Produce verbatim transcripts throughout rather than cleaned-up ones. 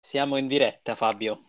Siamo in diretta, Fabio.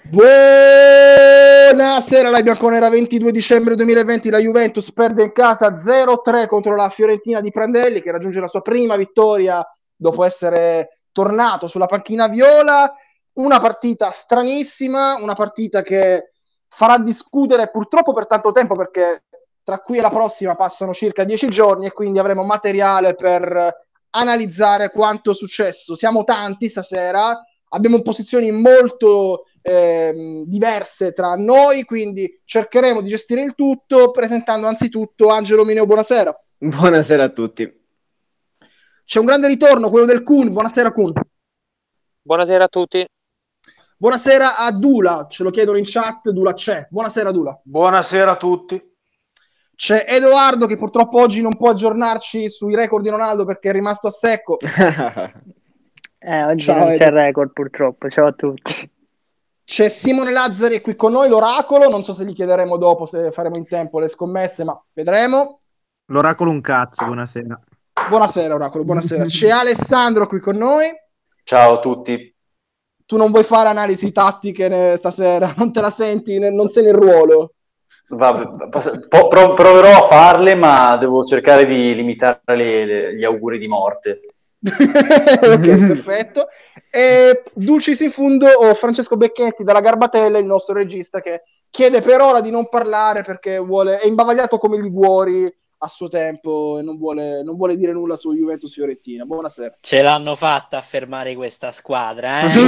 Buonasera, la bianconera. Ventidue dicembre duemilaventi, la Juventus perde in casa zero tre contro la Fiorentina di Prandelli, che raggiunge la sua prima vittoria dopo essere tornato sulla panchina viola. Una partita stranissima, una partita che farà discutere purtroppo per tanto tempo, perché tra qui e la prossima passano circa dieci giorni e quindi avremo materiale per analizzare quanto è successo. Siamo tanti stasera, abbiamo posizioni molto eh, diverse tra noi, quindi cercheremo di gestire il tutto presentando anzitutto Angelo Mineo. Buonasera. Buonasera a tutti. C'è un grande ritorno, quello del Kun. Buonasera Kun. Buonasera a tutti. Buonasera a Dula, ce lo chiedono in chat. Dula c'è. Buonasera Dula. Buonasera a tutti. C'è Edoardo che purtroppo oggi non può aggiornarci sui record di Ronaldo perché è rimasto a secco. eh, oggi Ciao, non Edo. c'è record purtroppo. Ciao a tutti. C'è Simone Lazzari qui con noi, l'oracolo. Non so se gli chiederemo dopo, se faremo in tempo le scommesse, ma vedremo. L'oracolo un cazzo, buonasera. Buonasera oracolo, buonasera. C'è Alessandro qui con noi. Ciao a tutti. Tu non vuoi fare analisi tattiche stasera, non te la senti, non sei nel ruolo. Vabbè, po- prov- proverò a farle, ma devo cercare di limitare le, le, gli auguri di morte. Ok, perfetto. E Dulcis in fundo o Francesco Becchetti dalla Garbatella, il nostro regista, che chiede per ora di non parlare perché vuole, è imbavagliato come Liguori a suo tempo e non vuole, non vuole dire nulla su Juventus Fiorentina. Buonasera. Ce l'hanno fatta a fermare questa squadra, eh?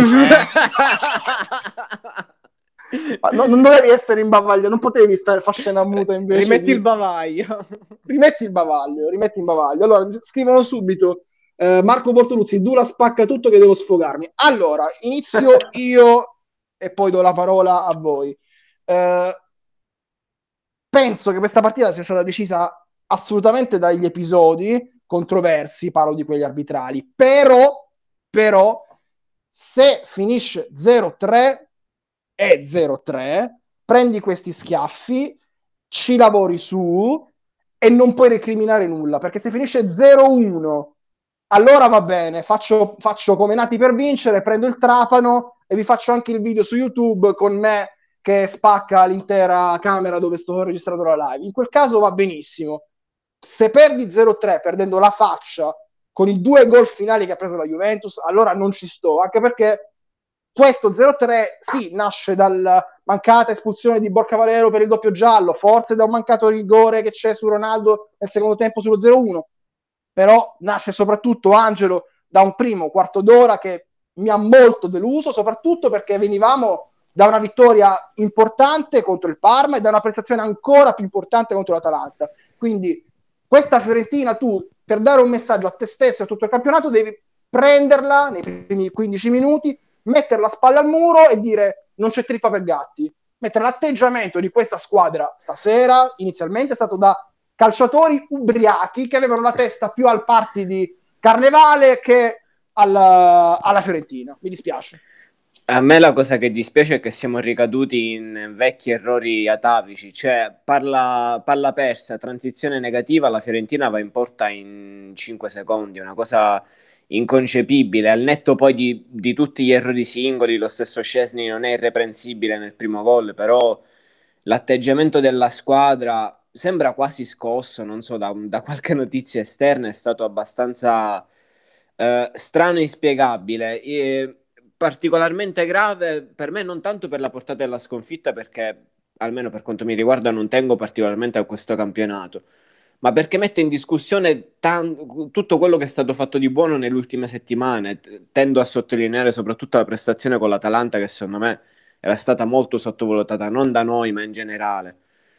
Ma no, non dovevi essere imbavagliato, non potevi stare fa scena muta invece. Rimetti di... il bavaglio. Rimetti il bavaglio, rimetti il bavaglio. Allora, scrivono subito eh, Marco Bortoluzzi, Dura spacca tutto che devo sfogarmi. Allora, inizio io e poi do la parola a voi. Eh, penso che questa partita sia stata decisa assolutamente dagli episodi controversi, parlo di quelli arbitrali, però, però se finisce zero tre è zero tre, prendi questi schiaffi, ci lavori su e non puoi recriminare nulla, perché se finisce zero uno allora va bene, faccio, faccio come nati per vincere, prendo il trapano e vi faccio anche il video su YouTube con me che spacca l'intera camera dove sto registrando la live. In quel caso va benissimo. Se perdi zero tre perdendo la faccia con i due gol finali che ha preso la Juventus, allora non ci sto, anche perché questo zero tre sì, nasce dalla mancata espulsione di Borca Valero per il doppio giallo, forse da un mancato rigore che c'è su Ronaldo nel secondo tempo sullo zero uno, però nasce soprattutto, Angelo, da un primo quarto d'ora che mi ha molto deluso, soprattutto perché venivamo da una vittoria importante contro il Parma e da una prestazione ancora più importante contro l'Atalanta. Quindi questa Fiorentina, tu per dare un messaggio a te stesso e a tutto il campionato devi prenderla nei primi quindici minuti, mettere la spalla al muro e dire non c'è trippa per gatti. Mentre l'atteggiamento di questa squadra stasera inizialmente è stato da calciatori ubriachi che avevano la testa più al party di Carnevale che alla, alla Fiorentina. Mi dispiace. A me la cosa che dispiace è che siamo ricaduti in vecchi errori atavici, cioè palla, palla persa, transizione negativa, la Fiorentina va in porta in cinque secondi, una cosa inconcepibile, al netto poi di, di tutti gli errori singoli. Lo stesso Szczesny non è irreprensibile nel primo gol, però l'atteggiamento della squadra sembra quasi scosso, non so, da, da qualche notizia esterna, è stato abbastanza eh, strano e inspiegabile. E, particolarmente grave per me, non tanto per la portata della sconfitta, perché almeno per quanto mi riguarda non tengo particolarmente a questo campionato, ma perché mette in discussione tan- tutto quello che è stato fatto di buono nelle ultime settimane. Tendo a sottolineare soprattutto la prestazione con l'Atalanta, che secondo me era stata molto sottovalutata, non da noi ma in generale.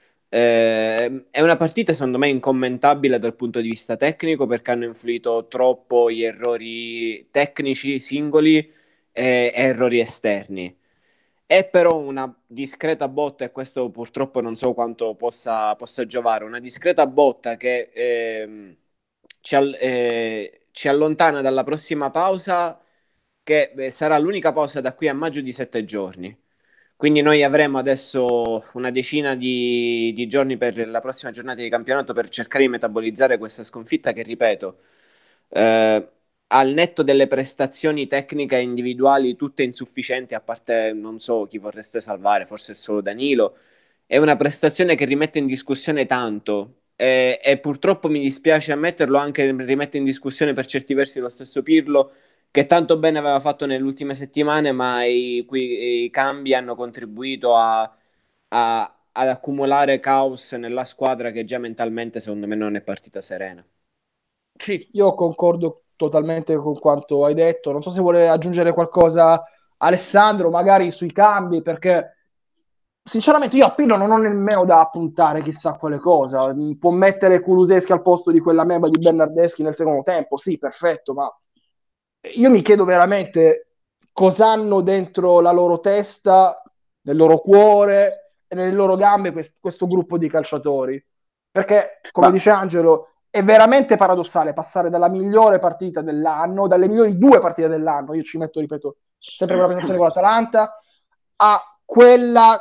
Eh, è una partita secondo me incommentabile dal punto di vista tecnico, perché hanno influito troppo gli errori tecnici singoli e errori esterni. È però una discreta botta, e questo purtroppo non so quanto possa, possa giovare, una discreta botta che ehm, ci, all- eh, ci allontana dalla prossima pausa, che eh, sarà l'unica pausa da qui a maggio di sette giorni. Quindi noi avremo adesso una decina di, di giorni per la prossima giornata di campionato per cercare di metabolizzare questa sconfitta che, ripeto, eh, al netto delle prestazioni tecniche individuali tutte insufficienti, a parte non so chi vorreste salvare, forse è solo Danilo, è una prestazione che rimette in discussione tanto e, e purtroppo mi dispiace ammetterlo, anche rimette in discussione per certi versi lo stesso Pirlo, che tanto bene aveva fatto nelle ultime settimane, ma i, cui, i cambi hanno contribuito a, a, ad accumulare caos nella squadra che già mentalmente secondo me non è partita serena. Sì, io concordo totalmente con quanto hai detto. Non so se vuole aggiungere qualcosa Alessandro, magari sui cambi, perché sinceramente io a Pirlo non ho nemmeno da appuntare chissà quale cosa. Può mettere Kuluseschi al posto di quella meba di Bernardeschi nel secondo tempo, sì, perfetto, ma io mi chiedo veramente cosa hanno dentro la loro testa, nel loro cuore e nelle loro gambe quest- questo gruppo di calciatori. Perché, come Ma- dice Angelo, è veramente paradossale passare dalla migliore partita dell'anno, dalle migliori due partite dell'anno, io ci metto, ripeto, sempre quella presentazione con l'Atalanta, a quella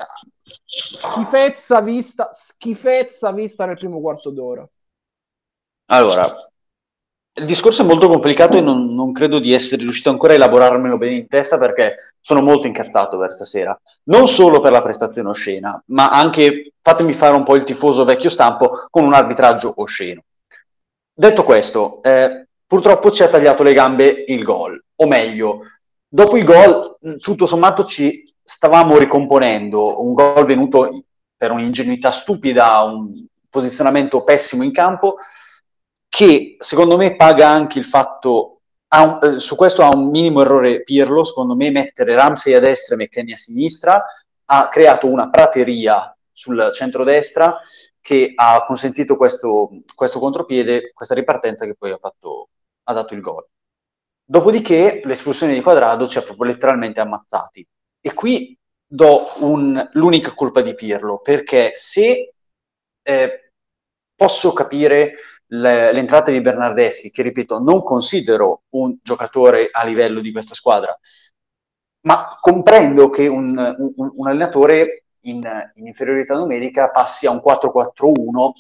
schifezza vista, schifezza vista nel primo quarto d'ora. Allora, il discorso è molto complicato e non, non credo di essere riuscito ancora a elaborarmelo bene in testa perché sono molto incazzato per stasera. Non solo per la prestazione oscena, ma anche, fatemi fare un po' il tifoso vecchio stampo, con un arbitraggio osceno. Detto questo, eh, purtroppo ci ha tagliato le gambe il gol, o meglio, dopo il gol, tutto sommato ci stavamo ricomponendo, un gol venuto per un'ingenuità stupida, un posizionamento pessimo in campo, che secondo me paga anche il fatto, ha un, eh, su questo ha un minimo errore Pirlo, secondo me mettere Ramsey a destra e McKennie a sinistra ha creato una prateria sul centrodestra che ha consentito questo, questo contropiede, questa ripartenza che poi ha, fatto, ha dato il gol. Dopodiché l'espulsione di Quadrado ci ha proprio letteralmente ammazzati. E qui do un, l'unica colpa di Pirlo, perché se eh, posso capire le, l'entrata di Bernardeschi, che ripeto, non considero un giocatore a livello di questa squadra, ma comprendo che un, un, un allenatore in, in inferiorità numerica passi a un quattro quattro uno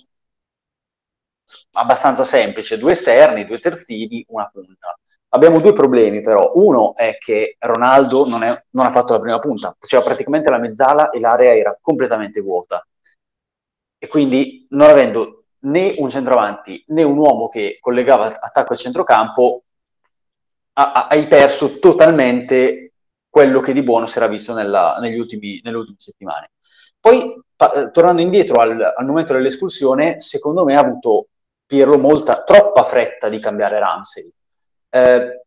abbastanza semplice, due esterni, due terzini, una punta. Abbiamo due problemi però, uno è che Ronaldo non, è, non ha fatto la prima punta, faceva praticamente la mezzala e l'area era completamente vuota e quindi non avendo né un centravanti né un uomo che collegava attacco e centrocampo ha, ha, hai perso totalmente quello che di buono si era visto nella, negli ultimi, nelle ultime settimane. Poi, pa- tornando indietro al, al momento dell'espulsione, secondo me ha avuto Pirlo molta, troppa fretta di cambiare Ramsey. Eh,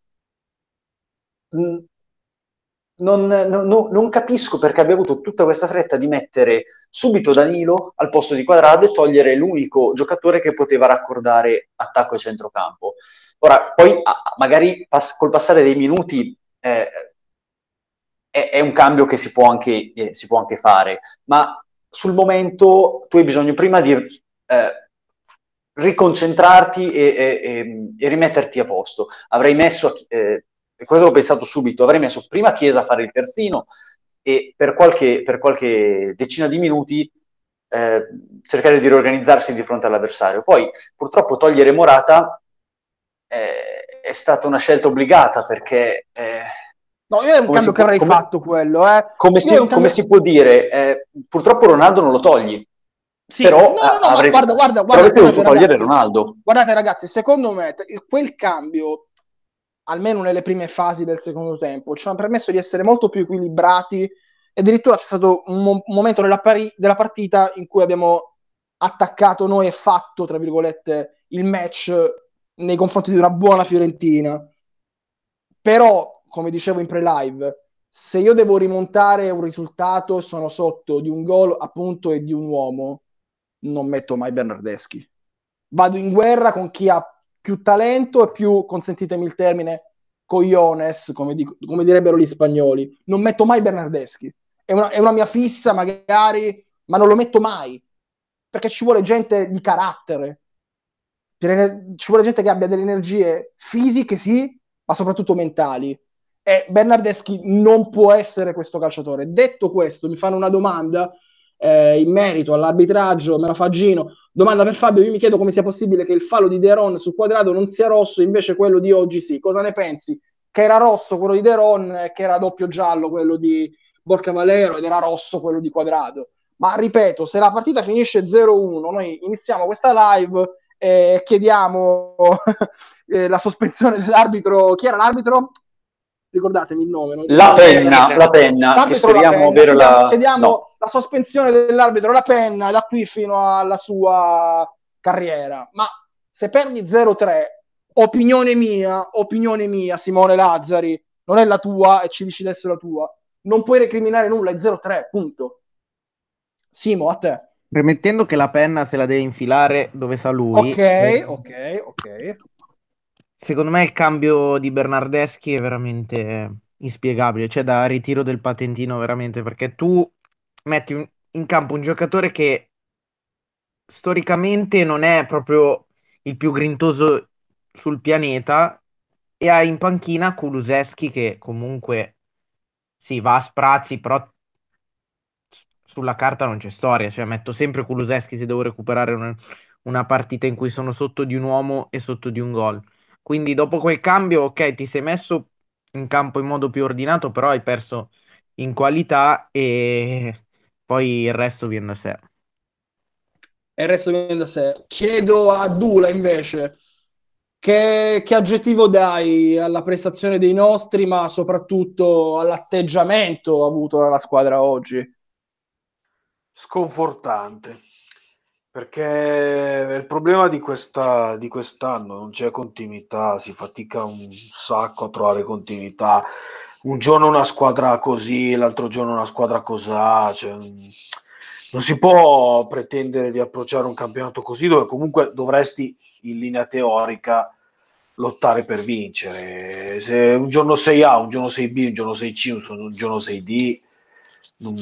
non, non, non capisco perché abbia avuto tutta questa fretta di mettere subito Danilo al posto di Quadrado e togliere l'unico giocatore che poteva raccordare attacco e centrocampo. Ora, poi magari pass- col passare dei minuti eh, è, è un cambio che si può, anche, eh, si può anche fare, ma sul momento tu hai bisogno prima di eh, riconcentrarti e, e, e rimetterti a posto. Avrei messo, eh, e questo l'ho pensato subito, avrei messo prima Chiesa a fare il terzino e per qualche, per qualche decina di minuti eh, cercare di riorganizzarsi di fronte all'avversario. Poi purtroppo togliere Morata eh, è stata una scelta obbligata perché... Eh, No, io è un cambio che può, avrei come, fatto quello, eh. Come, si, cambio... come si può dire? Eh, purtroppo Ronaldo non lo togli. Sì, però no, no, no, avrei, guarda, guarda, però guarda, avresti dovuto guardate, togliere ragazzi, Ronaldo. Guardate ragazzi, secondo me quel cambio, almeno nelle prime fasi del secondo tempo, ci hanno permesso di essere molto più equilibrati e addirittura c'è stato un, mo- un momento nella pari- della partita in cui abbiamo attaccato noi e fatto, tra virgolette, il match nei confronti di una buona Fiorentina. Però, come dicevo in pre-live, se io devo rimontare un risultato e sono sotto di un gol appunto e di un uomo, non metto mai Bernardeschi. Vado in guerra con chi ha più talento e più, consentitemi il termine, cogliones, come, dico, come direbbero gli spagnoli. Non metto mai Bernardeschi. È una, è una mia fissa magari, ma non lo metto mai. Perché ci vuole gente di carattere. Ci vuole gente che abbia delle energie fisiche, sì, ma soprattutto mentali. E Bernardeschi non può essere questo calciatore. Detto questo, mi fanno una domanda eh, in merito all'arbitraggio, me la fa Gino. Domanda per Fabio, io mi chiedo come sia possibile che il fallo di De Ron su Quadrado non sia rosso, invece quello di oggi sì. Cosa ne pensi? Che era rosso quello di De Ron e che era doppio giallo quello di Borca Valero ed era rosso quello di Quadrado. Ma ripeto, se la partita finisce zero uno, noi iniziamo questa live e chiediamo eh, la sospensione dell'arbitro. Chi era l'arbitro? Ricordatemi il nome. Non La ricordo. penna, la penna, che L'arbitro La speriamo Penna. avere Chiediamo, la... chiediamo no. la sospensione dell'arbitro La Penna da qui fino alla sua carriera. Ma se perdi zero tre, opinione mia, opinione mia, Simone Lazzari, non è la tua e ci dici adesso la tua, non puoi recriminare nulla, è zero tre, punto. Simo, a te. Premettendo che la penna se la deve infilare dove sa lui. Ok, eh, ok, ok. Secondo me il cambio di Bernardeschi è veramente inspiegabile, cioè da ritiro del patentino veramente, perché tu metti un- in campo un giocatore che storicamente non è proprio il più grintoso sul pianeta e hai in panchina Kulusevski che comunque sì, va a sprazzi, però sulla carta non c'è storia, cioè metto sempre Kulusevski se devo recuperare una, una partita in cui sono sotto di un uomo e sotto di un gol. Quindi dopo quel cambio, ok, ti sei messo in campo in modo più ordinato, però hai perso in qualità e poi il resto viene da sé. E il resto viene da sé. Chiedo a Dula invece che, che aggettivo dai alla prestazione dei nostri, ma soprattutto all'atteggiamento avuto dalla squadra oggi. Sconfortante, perché il problema di, questa, di quest'anno non c'è continuità, si fatica un sacco a trovare continuità. Un giorno una squadra così, l'altro giorno una squadra cosà, cioè, non si può pretendere di approcciare un campionato così dove comunque dovresti in linea teorica lottare per vincere. Se un giorno sei A, un giorno sei B, un giorno sei C, un giorno sei D, non,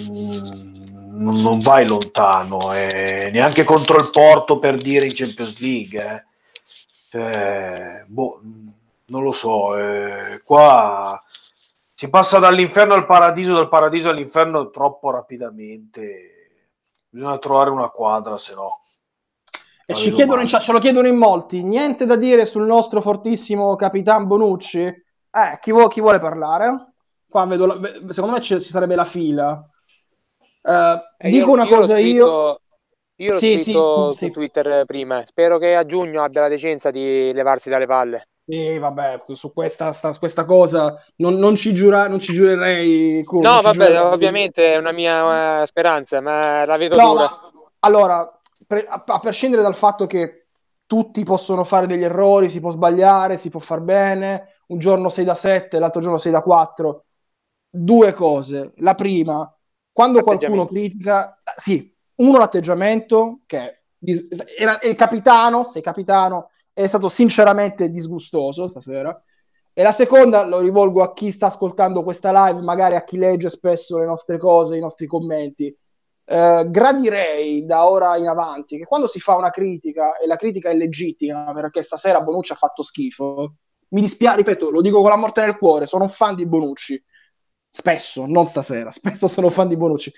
non vai lontano, eh. Neanche contro il Porto per dire in Champions League, eh. Cioè, boh, non lo so, eh. Qua si passa dall'inferno al paradiso, dal paradiso all'inferno troppo rapidamente. Bisogna trovare una quadra, se no. E ci chiedono in chat, ce lo chiedono in molti. Niente da dire sul nostro fortissimo Capitan Bonucci? Eh, chi, vuole, chi vuole parlare? Qua vedo, la, secondo me ci sarebbe la fila. Eh, Eh, dico io, una io cosa l'ho io. scritto, io l'ho Sì, scritto sì, su sì. Twitter prima. Spero che a giugno abbia la decenza di levarsi dalle palle. Sì, vabbè, su questa, sta, questa cosa non, non, ci giura, non ci giurerei. No, non ci vabbè, giurerei. ovviamente è una mia eh, speranza, ma la vedo No, dura. ma allora, pre- a, a prescindere dal fatto che tutti possono fare degli errori, si può sbagliare, si può far bene, un giorno sei da sette, l'altro giorno sei da quattro. Due cose. La prima, quando qualcuno Atteggiamento. critica, sì, uno l'atteggiamento, che dis- era, è il capitano, sei capitano, è stato sinceramente disgustoso stasera. E la seconda lo rivolgo a chi sta ascoltando questa live, magari a chi legge spesso le nostre cose, i nostri commenti. Eh, gradirei da ora in avanti che quando si fa una critica e la critica è legittima perché stasera Bonucci ha fatto schifo, mi dispiace, ripeto, lo dico con la morte nel cuore, sono un fan di Bonucci spesso, non stasera, spesso sono fan di Bonucci,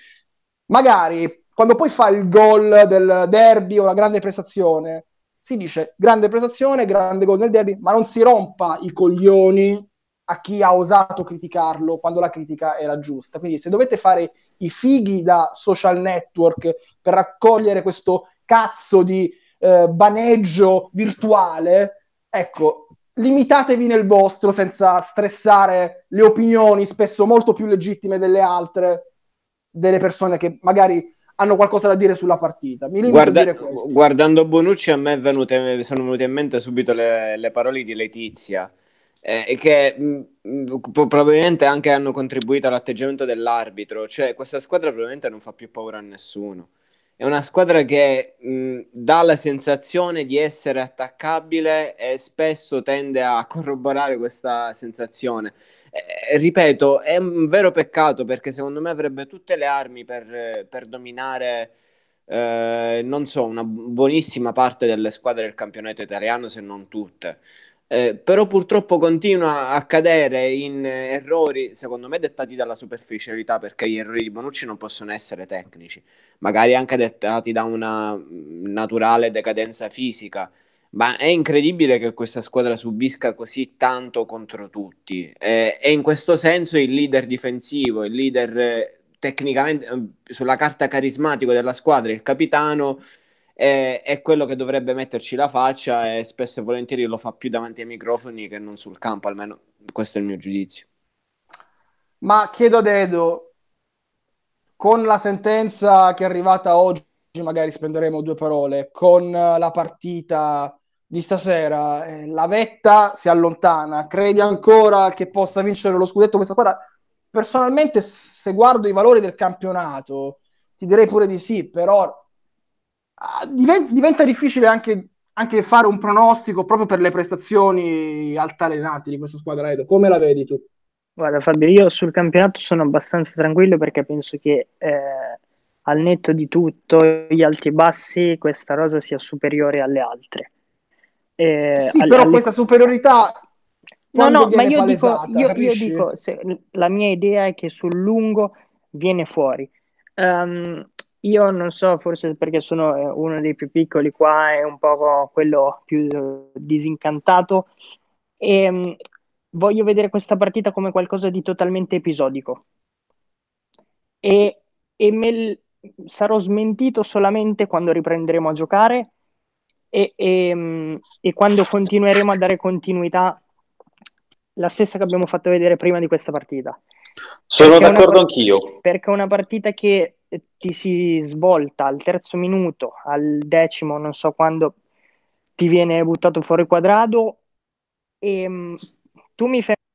magari quando poi fa il gol del derby o la grande prestazione si dice grande prestazione, grande gol nel derby, ma non si rompa i coglioni a chi ha osato criticarlo quando la critica era giusta. Quindi se dovete fare i fighi da social network per raccogliere questo cazzo di eh, baneggio virtuale, ecco, limitatevi nel vostro senza stressare le opinioni, spesso molto più legittime delle altre, delle persone che magari hanno qualcosa da dire sulla partita. Mi limito Guarda- a dire questo. guardando Bonucci a me è venute, sono venute in mente subito le, le parole di Letizia, eh, che mh, probabilmente anche hanno contribuito all'atteggiamento dell'arbitro, cioè questa squadra probabilmente non fa più paura a nessuno. È una squadra che mh, dà la sensazione di essere attaccabile e spesso tende a corroborare questa sensazione. Eh, ripeto, è un vero peccato perché secondo me avrebbe tutte le armi per, per dominare, eh, non so, una buonissima parte delle squadre del campionato italiano, se non tutte. Eh, però purtroppo continua a cadere in eh, errori, secondo me dettati dalla superficialità, perché gli errori di Bonucci non possono essere tecnici, magari anche dettati da una mm, naturale decadenza fisica, ma è incredibile che questa squadra subisca così tanto contro tutti. Eh, e in questo senso il leader difensivo, il leader eh, tecnicamente eh, sulla carta carismatico della squadra, il capitano è, è quello che dovrebbe metterci la faccia e spesso e volentieri lo fa più davanti ai microfoni che non sul campo, almeno questo è il mio giudizio. Ma chiedo ad Edo, con la sentenza che è arrivata oggi, magari spenderemo due parole, con eh, la partita di stasera, eh, la vetta si allontana, credi ancora che possa vincere lo scudetto questa squadra? Personalmente, se guardo i valori del campionato, ti direi pure di sì, però ah, diven- diventa difficile anche, anche fare un pronostico proprio per le prestazioni altalenanti di questa squadra. Edo, come la vedi tu? Guarda Fabio, io sul campionato sono abbastanza tranquillo perché penso che eh, al netto di tutto, gli alti e bassi, questa rosa sia superiore alle altre. Eh, Sì, alle, però alle... questa superiorità No, quando no, ma viene io dico, palesata, io, io capisci? dico se, la mia idea è che sul lungo viene fuori. Ehm, io non so, forse perché sono eh, uno dei più piccoli qua e un po' quello più eh, disincantato, e voglio vedere questa partita come qualcosa di totalmente episodico e, e me- sarò smentito solamente quando riprenderemo a giocare e, e- e quando continueremo a dare continuità, la stessa che abbiamo fatto vedere prima di questa partita. Sono Perché è una, d'accordo par- anch'io. perché è una partita che eh, ti si svolta al terzo minuto, al decimo, non so quando ti viene buttato fuori quadrato e mh, tu mi fai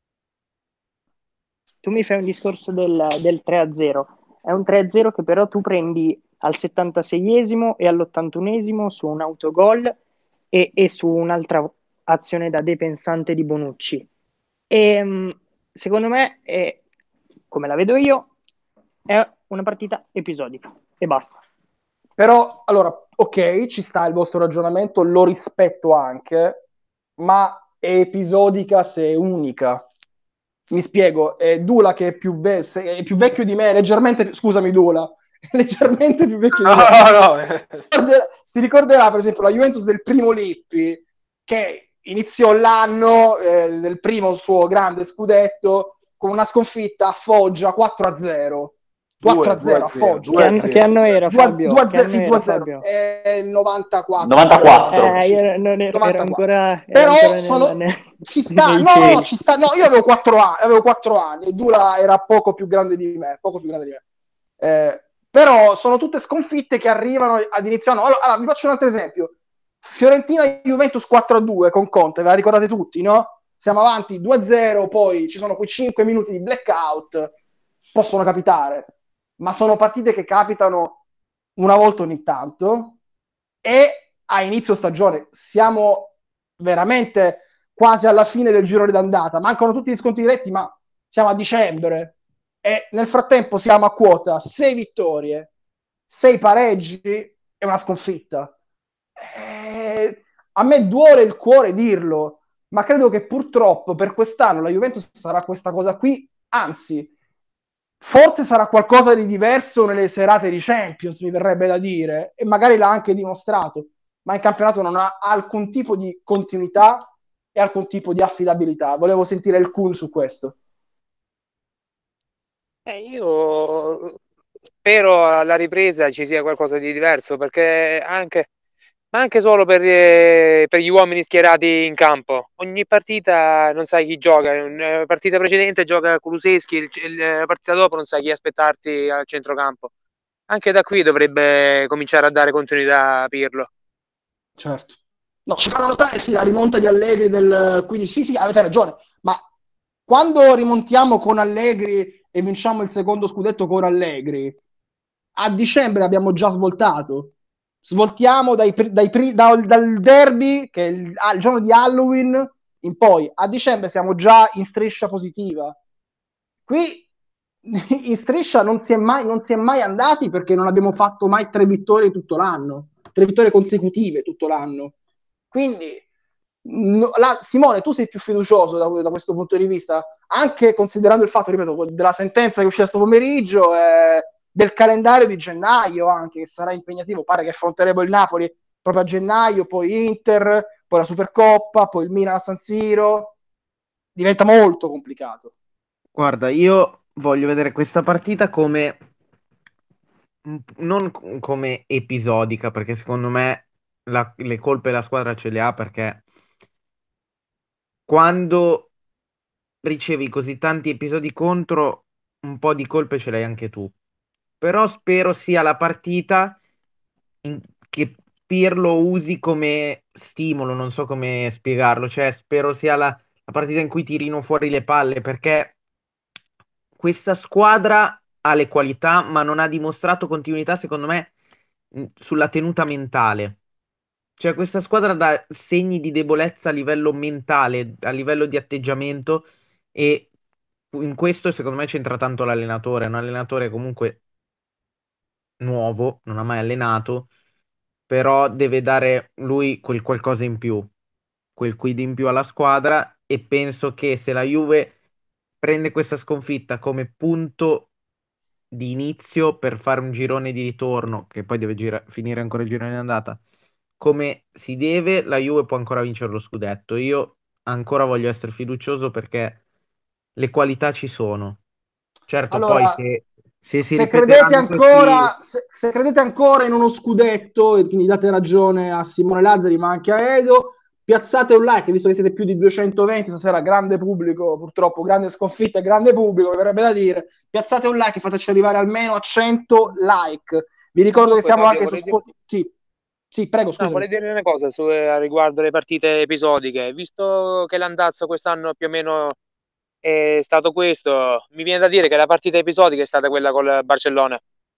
tu mi fai un discorso del, del tre a zero. È un tre a zero che però tu prendi al settantaseiesimo e all'ottantunesimo su un autogol e, e su un'altra azione da depensante di Bonucci. E, mh, secondo me, è, come la vedo io, è una partita episodica e basta. Però, allora, ok, ci sta il vostro ragionamento, lo rispetto anche, ma è episodica se è unica. Mi spiego, è Dula che è più, ve- se- è più vecchio di me, leggermente, scusami Dula, è leggermente più vecchio di me. No, no, eh. Ricorderà- Si ricorderà, per esempio, la Juventus del primo Lippi, che iniziò l'anno eh, nel primo suo grande scudetto con una sconfitta a Foggia quattro a zero. quattro a zero a Foggia. Che anno, che anno era Fabio? due a Che zero, anno sì, era due a zero. Fabio? È il novantaquattro. novantaquattro. Eh, Sì, io non ero, ero novantaquattro. ancora, ero Però ancora nel- sono, nel- ci sta, nei no, no, no, cieli. ci sta, no, io avevo quattro anni, avevo quattro anni e Dula era poco più grande di me, poco più grande di me. Eh, però sono tutte sconfitte che arrivano ad inizio anno. Allora, allora, vi faccio un altro esempio. Fiorentina-Juventus quattro a due con Conte, ve la ricordate tutti, no? Siamo avanti due a zero, poi ci sono quei cinque minuti di blackout, possono capitare, ma sono partite che capitano una volta ogni tanto e a inizio stagione siamo veramente quasi alla fine del girone d'andata, mancano tutti gli sconti diretti, ma siamo a dicembre e nel frattempo siamo a quota sei vittorie, sei pareggi e una sconfitta. Eh, a me duole il cuore dirlo, ma credo che purtroppo per quest'anno la Juventus sarà questa cosa qui, anzi, forse sarà qualcosa di diverso nelle serate di Champions, mi verrebbe da dire, e magari l'ha anche dimostrato, ma in campionato non ha alcun tipo di continuità e alcun tipo di affidabilità. Volevo sentire il Kun su questo. Eh, io spero alla ripresa ci sia qualcosa di diverso, perché anche, ma anche solo per, eh, per gli uomini schierati in campo. Ogni partita non sai chi gioca. La partita precedente gioca Kulusevski, il- il- la partita dopo non sai chi aspettarti al centrocampo. Anche da qui dovrebbe cominciare a dare continuità a Pirlo. Certo. No, ci fanno notare sì, la rimonta di Allegri del... Quindi sì, sì, avete ragione, ma quando rimontiamo con Allegri e vinciamo il secondo scudetto con Allegri, a dicembre abbiamo già svoltato. Svoltiamo dai, dai, da, dal derby, che è il, ah, il giorno di Halloween, in poi. A dicembre siamo già in striscia positiva. Qui in striscia non si è mai, non si è mai andati perché non abbiamo fatto mai tre vittorie tutto l'anno, tre vittorie consecutive tutto l'anno. Quindi No, la, Simone, tu sei più fiducioso da, da questo punto di vista, anche considerando il fatto, ripeto, della sentenza che uscirà questo pomeriggio, eh, del calendario di gennaio anche, che sarà impegnativo, pare che affronteremo il Napoli proprio a gennaio, poi Inter, poi la Supercoppa, poi il Milan a San Siro, diventa molto complicato. Guarda, io voglio vedere questa partita come non come episodica, perché secondo me la- le colpe la squadra ce le ha, perché quando ricevi così tanti episodi contro, un po' di colpe ce l'hai anche tu. Però spero sia la partita in- che Pirlo usi come stimolo, non so come spiegarlo, cioè spero sia la, la partita in cui tirino fuori le palle, perché questa squadra ha le qualità, ma non ha dimostrato continuità, secondo me, mh, sulla tenuta mentale. Cioè, questa squadra dà segni di debolezza a livello mentale, a livello di atteggiamento, e in questo, secondo me, c'entra tanto l'allenatore. È un allenatore comunque nuovo, non ha mai allenato, però deve dare lui quel qualcosa in più, quel quid in più alla squadra, e penso che se la Juve prende questa sconfitta come punto di inizio per fare un girone di ritorno, che poi deve gira- finire ancora il girone di andata, come si deve, la Juve può ancora vincere lo scudetto. Io ancora voglio essere fiducioso perché le qualità ci sono. Certo, poi Allora, se, se si se credete ripeteranno questi... ancora, se, se credete ancora in uno scudetto, e quindi date ragione a Simone Lazzari, ma anche a Edo, piazzate un like, visto che siete più di duecentoventi stasera, grande pubblico, purtroppo, grande sconfitta, grande pubblico, mi verrebbe da dire. Piazzate un like, fateci arrivare almeno a cento like. Vi ricordo che Comunque, siamo Fabio, anche su vorrei dire... Spotify. Sì, sì, prego, No, scusami. vorrei dire una cosa su, a riguardo le partite episodiche. Visto che l'andazzo quest'anno più o meno è stato questo, mi viene da dire che la partita episodica è stata quella col Barcellona.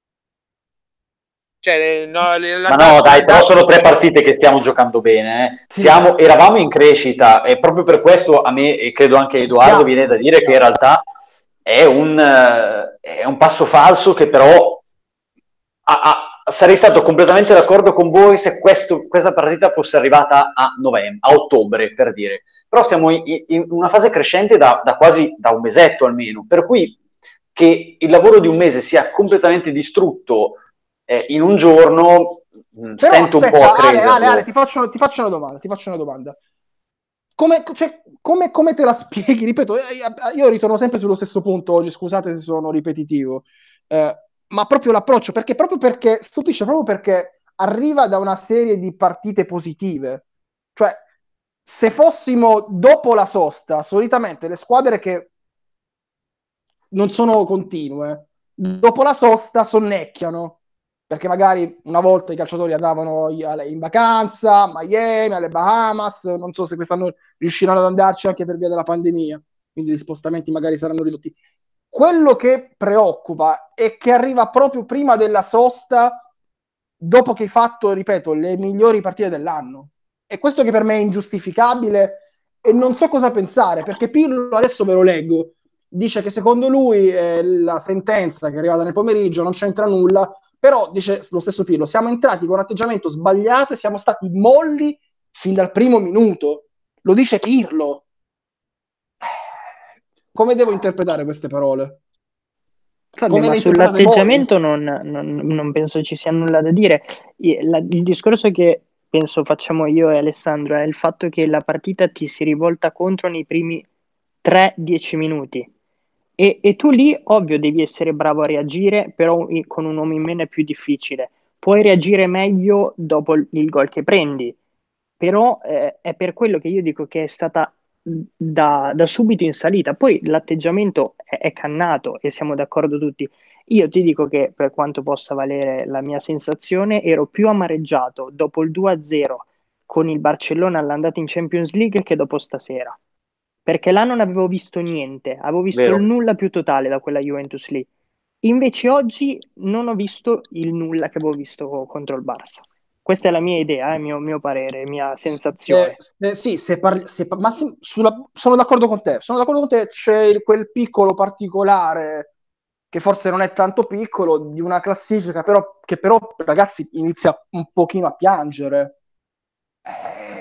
Cioè, no, Ma l'anda- no, dai, però l'andazzo... sono tre partite che stiamo giocando bene. eh. Sì, Siamo, eravamo in crescita e proprio per questo a me, e credo anche a Edoardo, viene spiace, da dire che in realtà è un, eh, è un passo falso che però ha- ha- sarei stato completamente d'accordo con voi se questo- questa partita fosse arrivata a novembre, a ottobre, per dire. Però siamo in, in una fase crescente da, da quasi da un mesetto almeno, per cui che il lavoro di un mese sia completamente distrutto eh, in un giorno, mh, Però stento un po' a aspetta, Ale, Ale, Ale, crederlo. ti faccio, ti faccio una domanda, ti faccio una domanda. Come, cioè, come, come te la spieghi? Ripeto, eh, io ritorno sempre sullo stesso punto oggi, scusate se sono ripetitivo, eh, ma proprio l'approccio, perché proprio perché stupisce, proprio perché arriva da una serie di partite positive. Cioè, se fossimo dopo la sosta, solitamente le squadre che non sono continue, dopo la sosta sonnecchiano, perché magari una volta i calciatori andavano in vacanza, a Miami, alle Bahamas, non so se quest'anno riusciranno ad andarci anche per via della pandemia, quindi gli spostamenti magari saranno ridotti. Quello che preoccupa è che arriva proprio prima della sosta, dopo che hai fatto, ripeto, le migliori partite dell'anno. E questo che per me è ingiustificabile e non so cosa pensare, perché Pirlo, adesso ve lo leggo, dice che secondo lui eh, la sentenza che è arrivata nel pomeriggio non c'entra nulla, però dice lo stesso Pirlo, siamo entrati con un atteggiamento sbagliato e siamo stati molli fin dal primo minuto. Lo dice Pirlo. Come devo interpretare queste parole? Fabio, Come ma le interpretate voi? sull'atteggiamento non, non- non penso ci sia nulla da dire. I- la- il discorso che penso facciamo io e Alessandro è il fatto che la partita ti si rivolta contro nei primi tre dieci minuti. E, e tu lì, ovvio, devi essere bravo a reagire, però i- con un uomo in meno è più difficile. Puoi reagire meglio dopo il, il gol che prendi, però eh, è per quello che io dico che è stata da, da subito in salita. Poi l'atteggiamento è, è cannato e siamo d'accordo tutti. Io ti dico che per quanto possa valere la mia sensazione, ero più amareggiato dopo il due a zero con il Barcellona all'andata in Champions League che dopo stasera. Perché là non avevo visto niente, avevo visto il Vero. nulla più totale da quella Juventus lì. Invece oggi non ho visto il nulla che avevo visto co- contro il Barça. Questa è la mia idea, il mio, mio parere, mia Se, sensazione. se- sì, se parli, se, ma sì, sulla- sono d'accordo con te. Sono d'accordo con te. C'è il- quel piccolo particolare che forse non è tanto piccolo di una classifica, però, che però, ragazzi, inizia un pochino a piangere.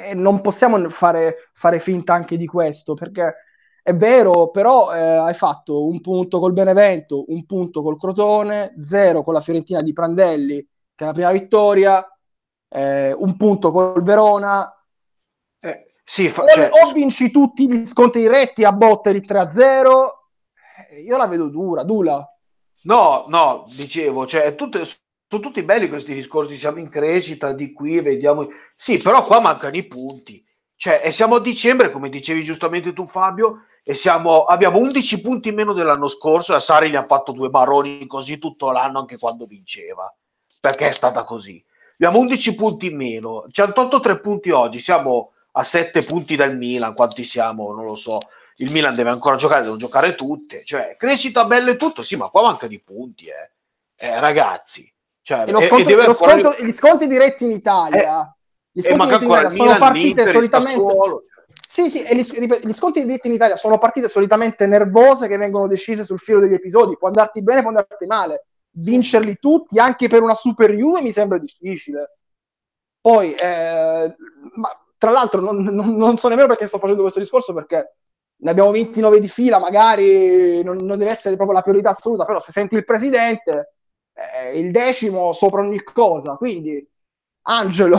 e non possiamo fare, fare finta anche di questo, perché è vero, però eh, hai fatto un punto col Benevento, un punto col Crotone, zero con la Fiorentina di Prandelli, che è la prima vittoria, eh, un punto col Verona. Eh, sì, fa- O, cioè, o vinci tutti gli scontri diretti a botte di tre a zero, eh, io la vedo dura, Dula. no, no, dicevo, cioè, tutte, sono tutti belli questi discorsi, siamo in crescita, di qui, vediamo... Sì, però qua mancano i punti. Cioè, e siamo a dicembre, come dicevi giustamente tu, Fabio, e siamo, abbiamo undici punti in meno dell'anno scorso, e a Sarri gli ha fatto due baroni così tutto l'anno, anche quando vinceva, perché è stata così. Abbiamo undici punti in meno, ci hanno tolto tre punti oggi, siamo a sette punti dal Milan, quanti siamo, non lo so. Il Milan deve ancora giocare, devono giocare tutte, cioè crescita bella e tutto, sì, ma qua manca di punti, eh, eh ragazzi. Cioè, E lo e- e sconto- deve lo ancora- sconto- gli sconti diretti in Italia, gli e sconti manca diretti in ancora Italia il sono Milan, partite l'Inter, il solitamente. Sassuolo. Sì, sì, e gli, ripeto, gli sconti diretti in Italia sono partite solitamente nervose che vengono decise sul filo degli episodi. Può andarti bene, può andarti male. Vincerli tutti, anche per una Super Juve, mi sembra difficile. Poi, eh, ma, tra l'altro, non, non- non so nemmeno perché sto facendo questo discorso, perché ne abbiamo ventinove di fila, magari non, non deve essere proprio la priorità assoluta, però se senti il presidente, eh, il decimo sopra ogni cosa. Quindi, Angelo,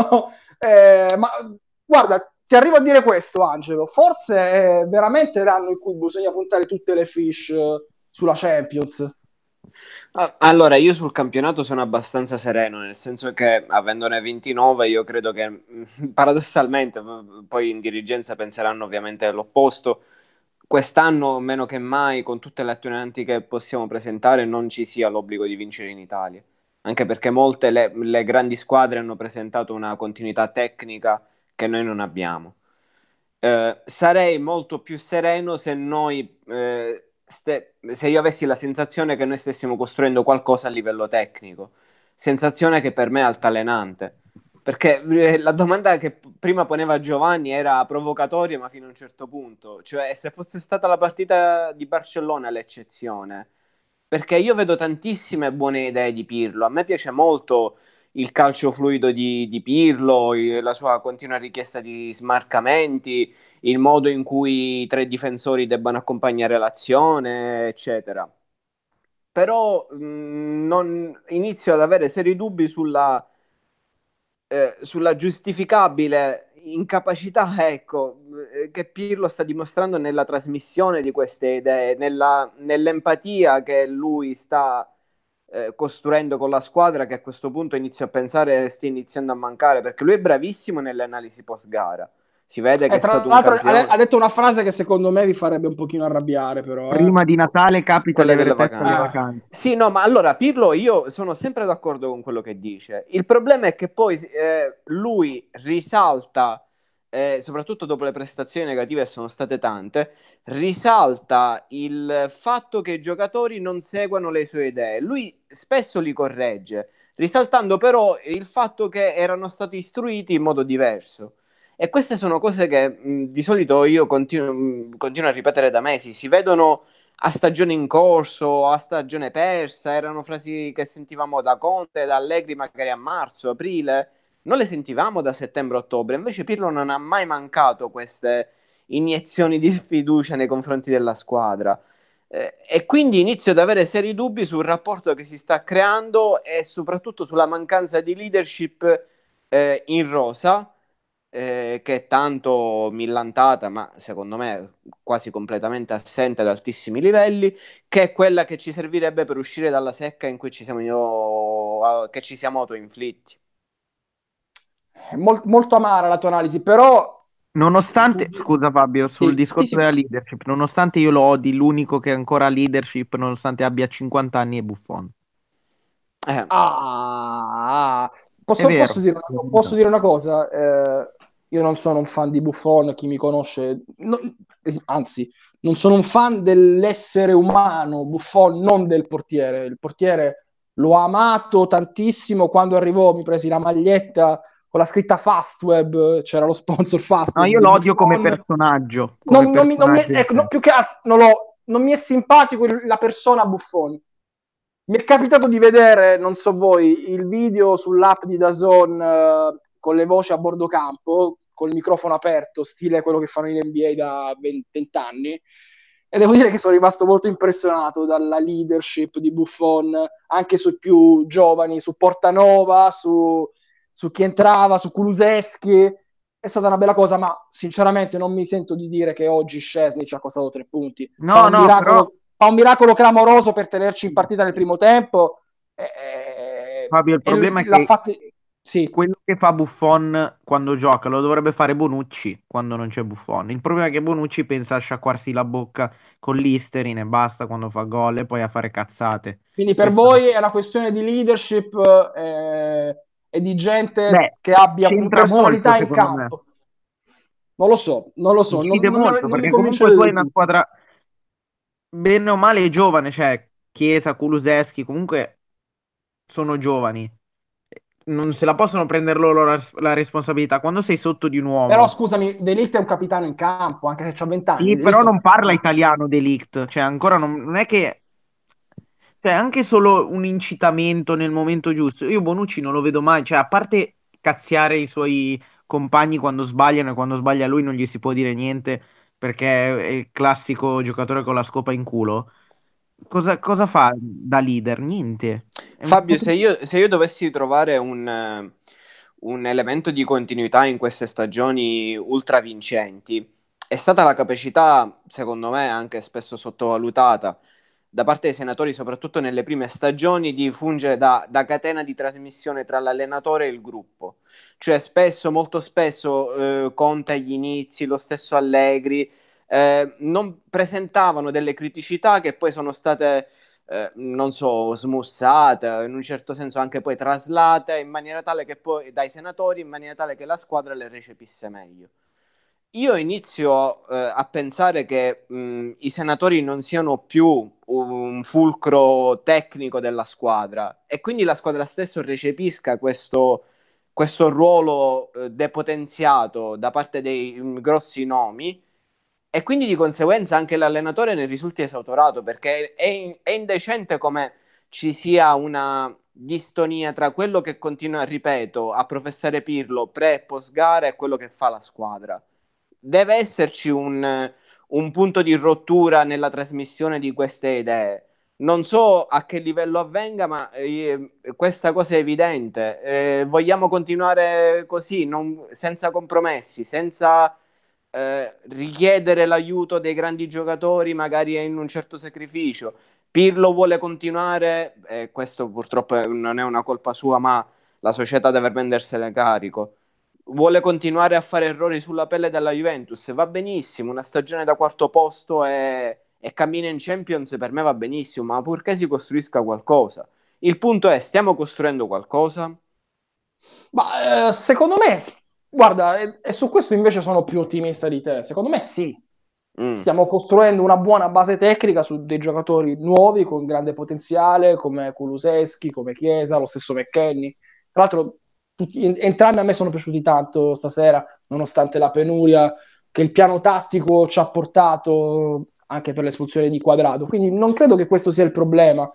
eh, ma guarda, ti arrivo a dire questo, Angelo, forse è veramente l'anno in cui bisogna puntare tutte le fish eh, sulla Champions. Ah, Allora, io sul campionato sono abbastanza sereno, nel senso che avendone ventinove, io credo che mm, paradossalmente, p- poi in dirigenza penseranno ovviamente l'opposto. Quest'anno, meno che mai, con tutte le attenuanti che possiamo presentare, non ci sia l'obbligo di vincere in Italia. Anche perché molte le, le grandi squadre hanno presentato una continuità tecnica che noi non abbiamo. Eh, sarei molto più sereno se noi, eh, ste- se io avessi la sensazione che noi stessimo costruendo qualcosa a livello tecnico, sensazione che per me è altalenante. Perché eh, la domanda che p- prima poneva Giovanni era provocatoria, ma fino a un certo punto, cioè se fosse stata la partita di Barcellona l'eccezione, perché io vedo tantissime buone idee di Pirlo, a me piace molto il calcio fluido di, di Pirlo, i- la sua continua richiesta di smarcamenti, il modo in cui i tre difensori debbano accompagnare l'azione, eccetera. Però mh, non, inizio ad avere seri dubbi sulla, eh, sulla giustificabile incapacità, ecco, eh, che Pirlo sta dimostrando nella trasmissione di queste idee, nella- nell'empatia che lui sta eh, costruendo con la squadra, che a questo punto inizio a pensare stia iniziando a mancare, perché lui è bravissimo nelle analisi post gara. Si vede che Eh, è tra stato un l'altro ha, campione. ha detto una frase che secondo me vi farebbe un pochino arrabbiare, però. Eh. Prima di Natale capita di Quelle avere delle testa alle vacanze. Ah. vacanze. Sì, no, ma allora Pirlo io sono sempre d'accordo con quello che dice. Il problema è che poi eh, lui risalta, eh, soprattutto dopo le prestazioni negative, che sono state tante, risalta il fatto che i giocatori non seguano le sue idee. Lui spesso li corregge, risaltando però il fatto che erano stati istruiti in modo diverso. E queste sono cose che mh, di solito io continuo, mh, continuo a ripetere da mesi. Si vedono a stagione in corso, a stagione persa, erano frasi che sentivamo da Conte, da Allegri magari a marzo, aprile, non le sentivamo da settembre-ottobre, invece Pirlo non ha mai mancato queste iniezioni di sfiducia nei confronti della squadra. Eh, e quindi inizio ad avere seri dubbi sul rapporto che si sta creando e soprattutto sulla mancanza di leadership eh, in rosa, eh, che è tanto millantata, ma secondo me quasi completamente assente ad altissimi livelli, che è quella che ci servirebbe per uscire dalla secca in cui ci siamo, io, che ci siamo autoinflitti. È mol- molto amara la tua analisi, però. Nonostante, scusa Fabio, sul Sì, sì, discorso sì. della leadership, nonostante io lo odi, l'unico che ancora ha leadership, nonostante abbia cinquanta anni, è Buffon. Eh, Ah, È posso, vero. posso dire una, posso dire una cosa? Eh, io non sono un fan di Buffon, chi mi conosce, no- anzi, non sono un fan dell'essere umano Buffon, non del portiere. Il portiere l'ho amato tantissimo quando arrivò, mi presi la maglietta con la scritta Fastweb, c'era lo sponsor No, Fastweb io di lo odio come Buffon. personaggio. Come Non, non mi, non mi è, personaggio in ecco, no, sé. più che altro, non, lo- non mi è simpatico il- la persona Buffon. Mi è capitato di vedere, non so voi, il video sull'app di D A Z N eh, con le voci a bordo campo, col microfono aperto, stile quello che fanno in N B A da venti anni, e devo dire che sono rimasto molto impressionato dalla leadership di Buffon, anche sui più giovani, su Portanova, su, su chi entrava, su Kulusevski. È stata una bella cosa, ma sinceramente non mi sento di dire che oggi Szczesny ci ha costato tre punti. No, fa, un no, miracolo, però fa un miracolo clamoroso per tenerci in partita nel primo tempo. E, Fabio, il e problema è l'ha che fatta... Sì, quello che fa Buffon quando gioca lo dovrebbe fare Bonucci quando non c'è Buffon. Il problema è che Bonucci pensa a sciacquarsi la bocca con l'Listerin e basta quando fa gol e poi a fare cazzate. quindi per Questa- voi è una questione di leadership eh, e di gente Beh, che abbia c'entra personalità molto, in secondo me. campo. Non lo so, non lo so, non, Incide non mi, molto non mi perché comunque convincete tu hai del una tutto. squadra bene o male giovane, cioè Chiesa, Kulusevski, comunque sono giovani. Non se la possono prendere loro la, la responsabilità. Quando sei sotto di un Però uomo. scusami, De Ligt è un capitano in campo, anche se c'ha venti anni. Sì, De però Ligt è un non parla capitano. italiano De Ligt, cioè ancora non, non è che cioè anche solo un incitamento nel momento giusto. Io Bonucci non lo vedo mai, cioè a parte cazziare i suoi compagni quando sbagliano e quando sbaglia lui non gli si può dire niente perché è il classico giocatore con la scopa in culo. Cosa, cosa fa da leader? Niente. È un Fabio, se io, se io dovessi trovare un, eh, un elemento di continuità in queste stagioni ultra vincenti, è stata la capacità, secondo me, anche spesso sottovalutata, da parte dei senatori, soprattutto nelle prime stagioni, di fungere da, da catena di trasmissione tra l'allenatore e il gruppo. Cioè, spesso, molto spesso, eh, Conte agli inizi, lo stesso Allegri, eh, non presentavano delle criticità che poi sono state eh, non so, smussate, in un certo senso anche poi traslate in maniera tale che poi dai senatori, in maniera tale che la squadra le recepisse meglio. Io inizio eh, a pensare che mh, i senatori non siano più un fulcro tecnico della squadra e quindi la squadra stessa recepisca questo, questo ruolo eh, depotenziato da parte dei mh, grossi nomi e quindi di conseguenza anche l'allenatore ne risulti esautorato perché è, in- è indecente come ci sia una distonia tra quello che continua, ripeto, a professare Pirlo pre e post gara e quello che fa la squadra. Deve esserci un, un punto di rottura nella trasmissione di queste idee. Non so a che livello avvenga, ma eh, questa cosa è evidente. Eh, vogliamo continuare così, non- senza compromessi, senza eh, richiedere l'aiuto dei grandi giocatori, magari in un certo sacrificio. Pirlo vuole continuare, e questo purtroppo non è una colpa sua, ma la società deve prendersene carico. Vuole continuare a fare errori sulla pelle della Juventus, va benissimo, una stagione da quarto posto e, e cammina in Champions per me va benissimo, ma purché si costruisca qualcosa. Il punto è, stiamo costruendo qualcosa? Ma eh, secondo me, guarda, e, e su questo invece sono più ottimista di te. Secondo me sì. Mm. Stiamo costruendo una buona base tecnica su dei giocatori nuovi con grande potenziale, come Kulusevski, come Chiesa, lo stesso McKennie. Tra l'altro, tutti, en- entrambi a me sono piaciuti tanto stasera, nonostante la penuria che il piano tattico ci ha portato anche per l'espulsione di Quadrado. Quindi non credo che questo sia il problema.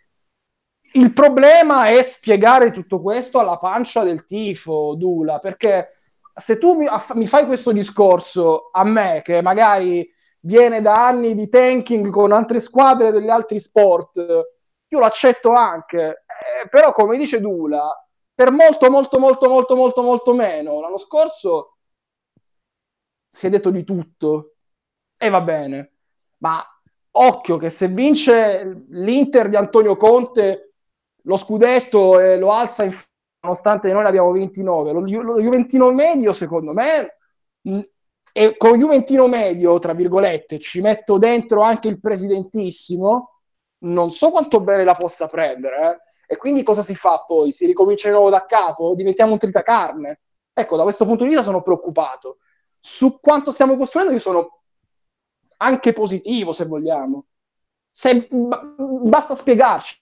Il problema è spiegare tutto questo alla pancia del tifo, Dula, perché se tu mi, aff- mi fai questo discorso a me, che magari viene da anni di tanking con altre squadre degli altri sport, io lo accetto anche. Eh, però come dice Dula, per molto, molto, molto, molto, molto, molto meno. L'anno scorso si è detto di tutto e va bene, ma occhio che se vince l'Inter di Antonio Conte lo scudetto e lo alza in f- nonostante noi ne abbiamo ventinove, lo, Ju- lo Juventino medio secondo me, mh, e con Juventino medio tra virgolette ci metto dentro anche il presidentissimo, non so quanto bene la possa prendere, eh. E quindi cosa si fa poi? Si ricomincia di nuovo da capo? Diventiamo un tritacarne? Ecco, da questo punto di vista sono preoccupato. Su quanto stiamo costruendo io sono anche positivo, se vogliamo. Se, b- basta spiegarci.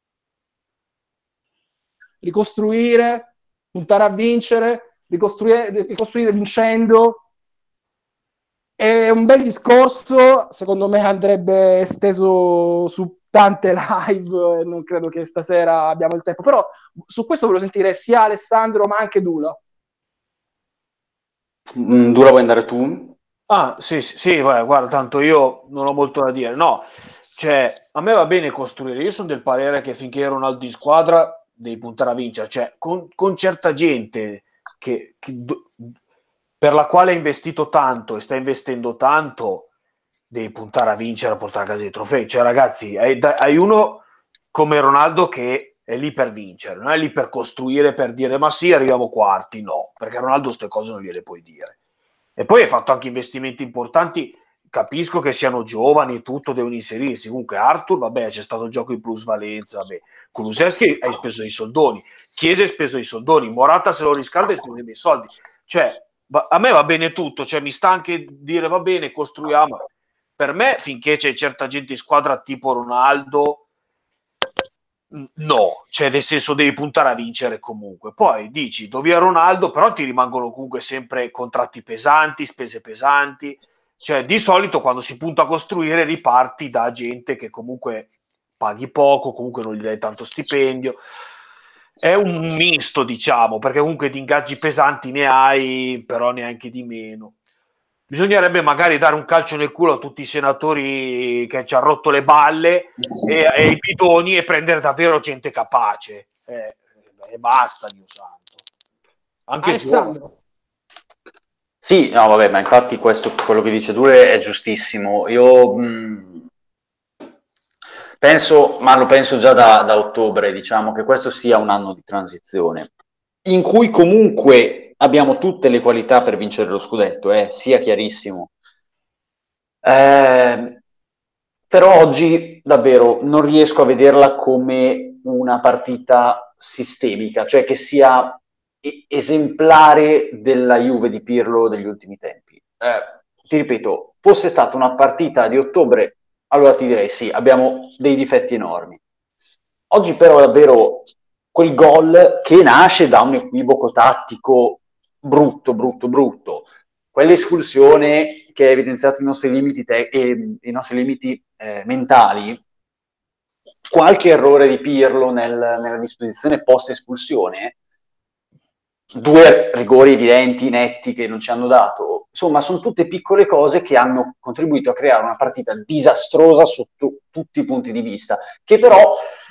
Ricostruire, puntare a vincere, ricostruire, ricostruire vincendo. È un bel discorso, secondo me andrebbe esteso su tante live, non credo che stasera abbiamo il tempo, però su questo voglio sentire sia Alessandro ma anche Dula. Mm, Dura, vuoi andare tu? Ah, sì, sì, sì, guarda, guarda, tanto io non ho molto da dire. No, cioè, a me va bene costruire. Io sono del parere che finché Ronaldo in squadra devi puntare a vincere. Cioè, con, con certa gente che, che do- per la quale hai investito tanto e stai investendo tanto, devi puntare a vincere, a portare a casa i trofei. Cioè, ragazzi, hai, da- hai uno come Ronaldo che è lì per vincere, non è lì per costruire, per dire ma sì, arriviamo quarti. No, perché Ronaldo queste cose non gliele puoi dire. E poi hai fatto anche investimenti importanti. Capisco che siano giovani e tutto, devono inserirsi. Comunque, Arthur, vabbè, c'è stato il gioco di plusvalenza. Vabbè. Kulusevski hai speso dei soldoni, Chiesa hai speso dei soldoni, Morata se lo riscalda hai speso dei soldi. Cioè, va- a me va bene tutto. Cioè, mi sta anche dire va bene, costruiamo. Per me, finché c'è certa gente in squadra tipo Ronaldo, no, cioè nel senso devi puntare a vincere comunque. Poi dici, do via Ronaldo, però ti rimangono comunque sempre contratti pesanti, spese pesanti. Cioè di solito quando si punta a costruire riparti da gente che comunque paghi poco, comunque non gli dai tanto stipendio. È un misto, diciamo, perché comunque di ingaggi pesanti ne hai, però neanche di meno. Bisognerebbe magari dare un calcio nel culo a tutti i senatori che ci hanno rotto le balle e, e i bidoni e prendere davvero gente capace. Eh, e basta, Dio santo. Anche giovane. Alessandro, Sì, no, vabbè, ma infatti questo, quello che dice Dure è giustissimo. Io mh, penso, ma lo penso già da, da ottobre, diciamo, che questo sia un anno di transizione, in cui comunque abbiamo tutte le qualità per vincere lo scudetto, eh, sia chiarissimo. Eh, però oggi davvero non riesco a vederla come una partita sistemica, cioè che sia e- esemplare della Juve di Pirlo degli ultimi tempi. Eh, ti ripeto, fosse stata una partita di ottobre, allora ti direi sì, abbiamo dei difetti enormi. Oggi però davvero quel gol che nasce da un equivoco tattico brutto, brutto, brutto, quell'espulsione che ha evidenziato i nostri limiti, te- eh, i nostri limiti eh, mentali, qualche errore di Pirlo nel, nella disposizione post espulsione, due rigori evidenti, netti che non ci hanno dato, insomma sono tutte piccole cose che hanno contribuito a creare una partita disastrosa sotto tutti i punti di vista, che però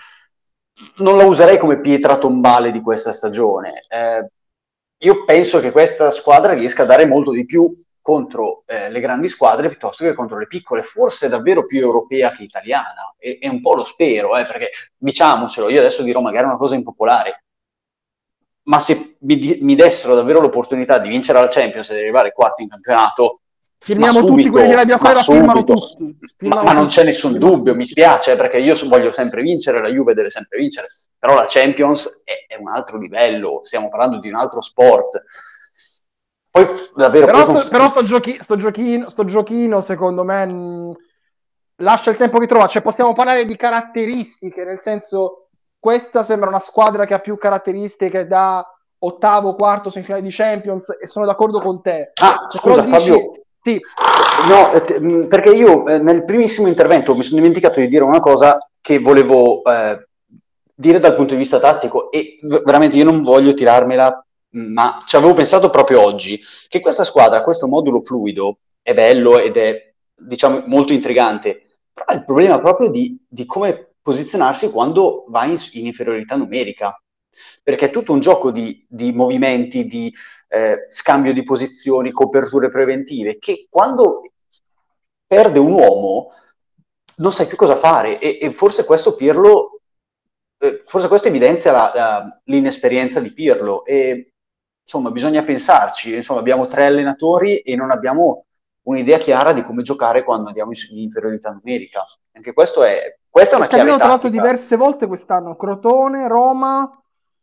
non la userei come pietra tombale di questa stagione. Eh, io penso che questa squadra riesca a dare molto di più contro eh, le grandi squadre piuttosto che contro le piccole, forse davvero più europea che italiana, e, e un po' lo spero, eh, perché diciamocelo, io adesso dirò magari una cosa impopolare, ma se mi, mi dessero davvero l'opportunità di vincere la Champions e di arrivare quarto in campionato, ma firmiamo tutti quelli che subito, l'abbiamo ma la firmano subito, tutti. ma, Firmano ma non tutti, c'è nessun firmano dubbio, tutti. mi spiace, perché io voglio sempre vincere, la Juve deve sempre vincere, però la Champions è, è un altro livello, stiamo parlando di un altro sport. Poi davvero, Però, poi con... sto, però sto, giochi, sto, giochino, sto giochino, secondo me, mh, lascia il tempo che trova. Cioè, possiamo parlare di caratteristiche, nel senso, questa sembra una squadra che ha più caratteristiche da ottavo, quarto, semifinale di Champions, e sono d'accordo con te. Ah, Se però scusa dici... Fabio, Sì, no, eh, te- mh, perché io eh, nel primissimo intervento mi sono dimenticato di dire una cosa che volevo eh, dire dal punto di vista tattico, e v- veramente io non voglio tirarmela, mh, ma ci avevo pensato proprio oggi, che questa squadra, questo modulo fluido, è bello ed è, diciamo, molto intrigante, però ha il problema proprio di, di come posizionarsi quando va in, in inferiorità numerica, perché è tutto un gioco di, di movimenti, di eh, scambio di posizioni, coperture preventive, che quando perde un uomo non sai più cosa fare, e, e forse questo Pirlo, eh, forse questo evidenzia la, la, l'inesperienza di Pirlo, e insomma bisogna pensarci, insomma abbiamo tre allenatori e non abbiamo un'idea chiara di come giocare quando andiamo in inferiorità numerica. Anche questo è, questa è è una chiave cambiato tra l'altro tattica. diverse volte quest'anno. Crotone, Roma,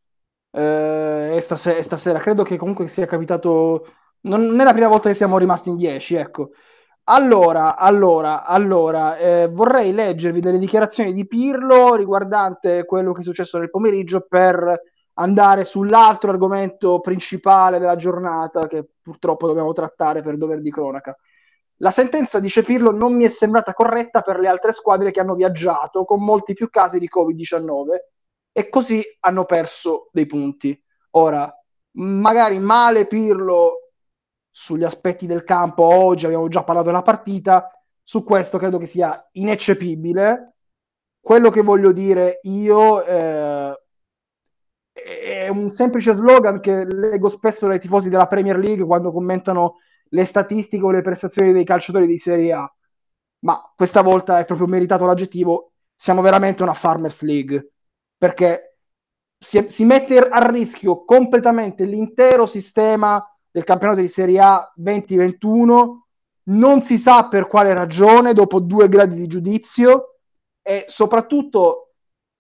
eh, e, stase- e stasera. Credo che comunque sia capitato... Non, non è la prima volta che siamo rimasti in dieci, ecco. Allora, allora, allora, eh, vorrei leggervi delle dichiarazioni di Pirlo riguardante quello che è successo nel pomeriggio per andare sull'altro argomento principale della giornata che purtroppo dobbiamo trattare per dover di cronaca. La sentenza, dice Pirlo, non mi è sembrata corretta per le altre squadre che hanno viaggiato con molti più casi di covid diciannove e così hanno perso dei punti. Ora, magari male Pirlo sugli aspetti del campo oggi, abbiamo già parlato della partita, su questo credo che sia ineccepibile. Quello che voglio dire io eh, è un semplice slogan che leggo spesso dai tifosi della Premier League quando commentano le statistiche o le prestazioni dei calciatori di Serie A, ma questa volta è proprio meritato l'aggettivo, siamo veramente una Farmers League, perché si, si mette a rischio completamente l'intero sistema del campionato di Serie A venti ventuno, non si sa per quale ragione, dopo due gradi di giudizio, e soprattutto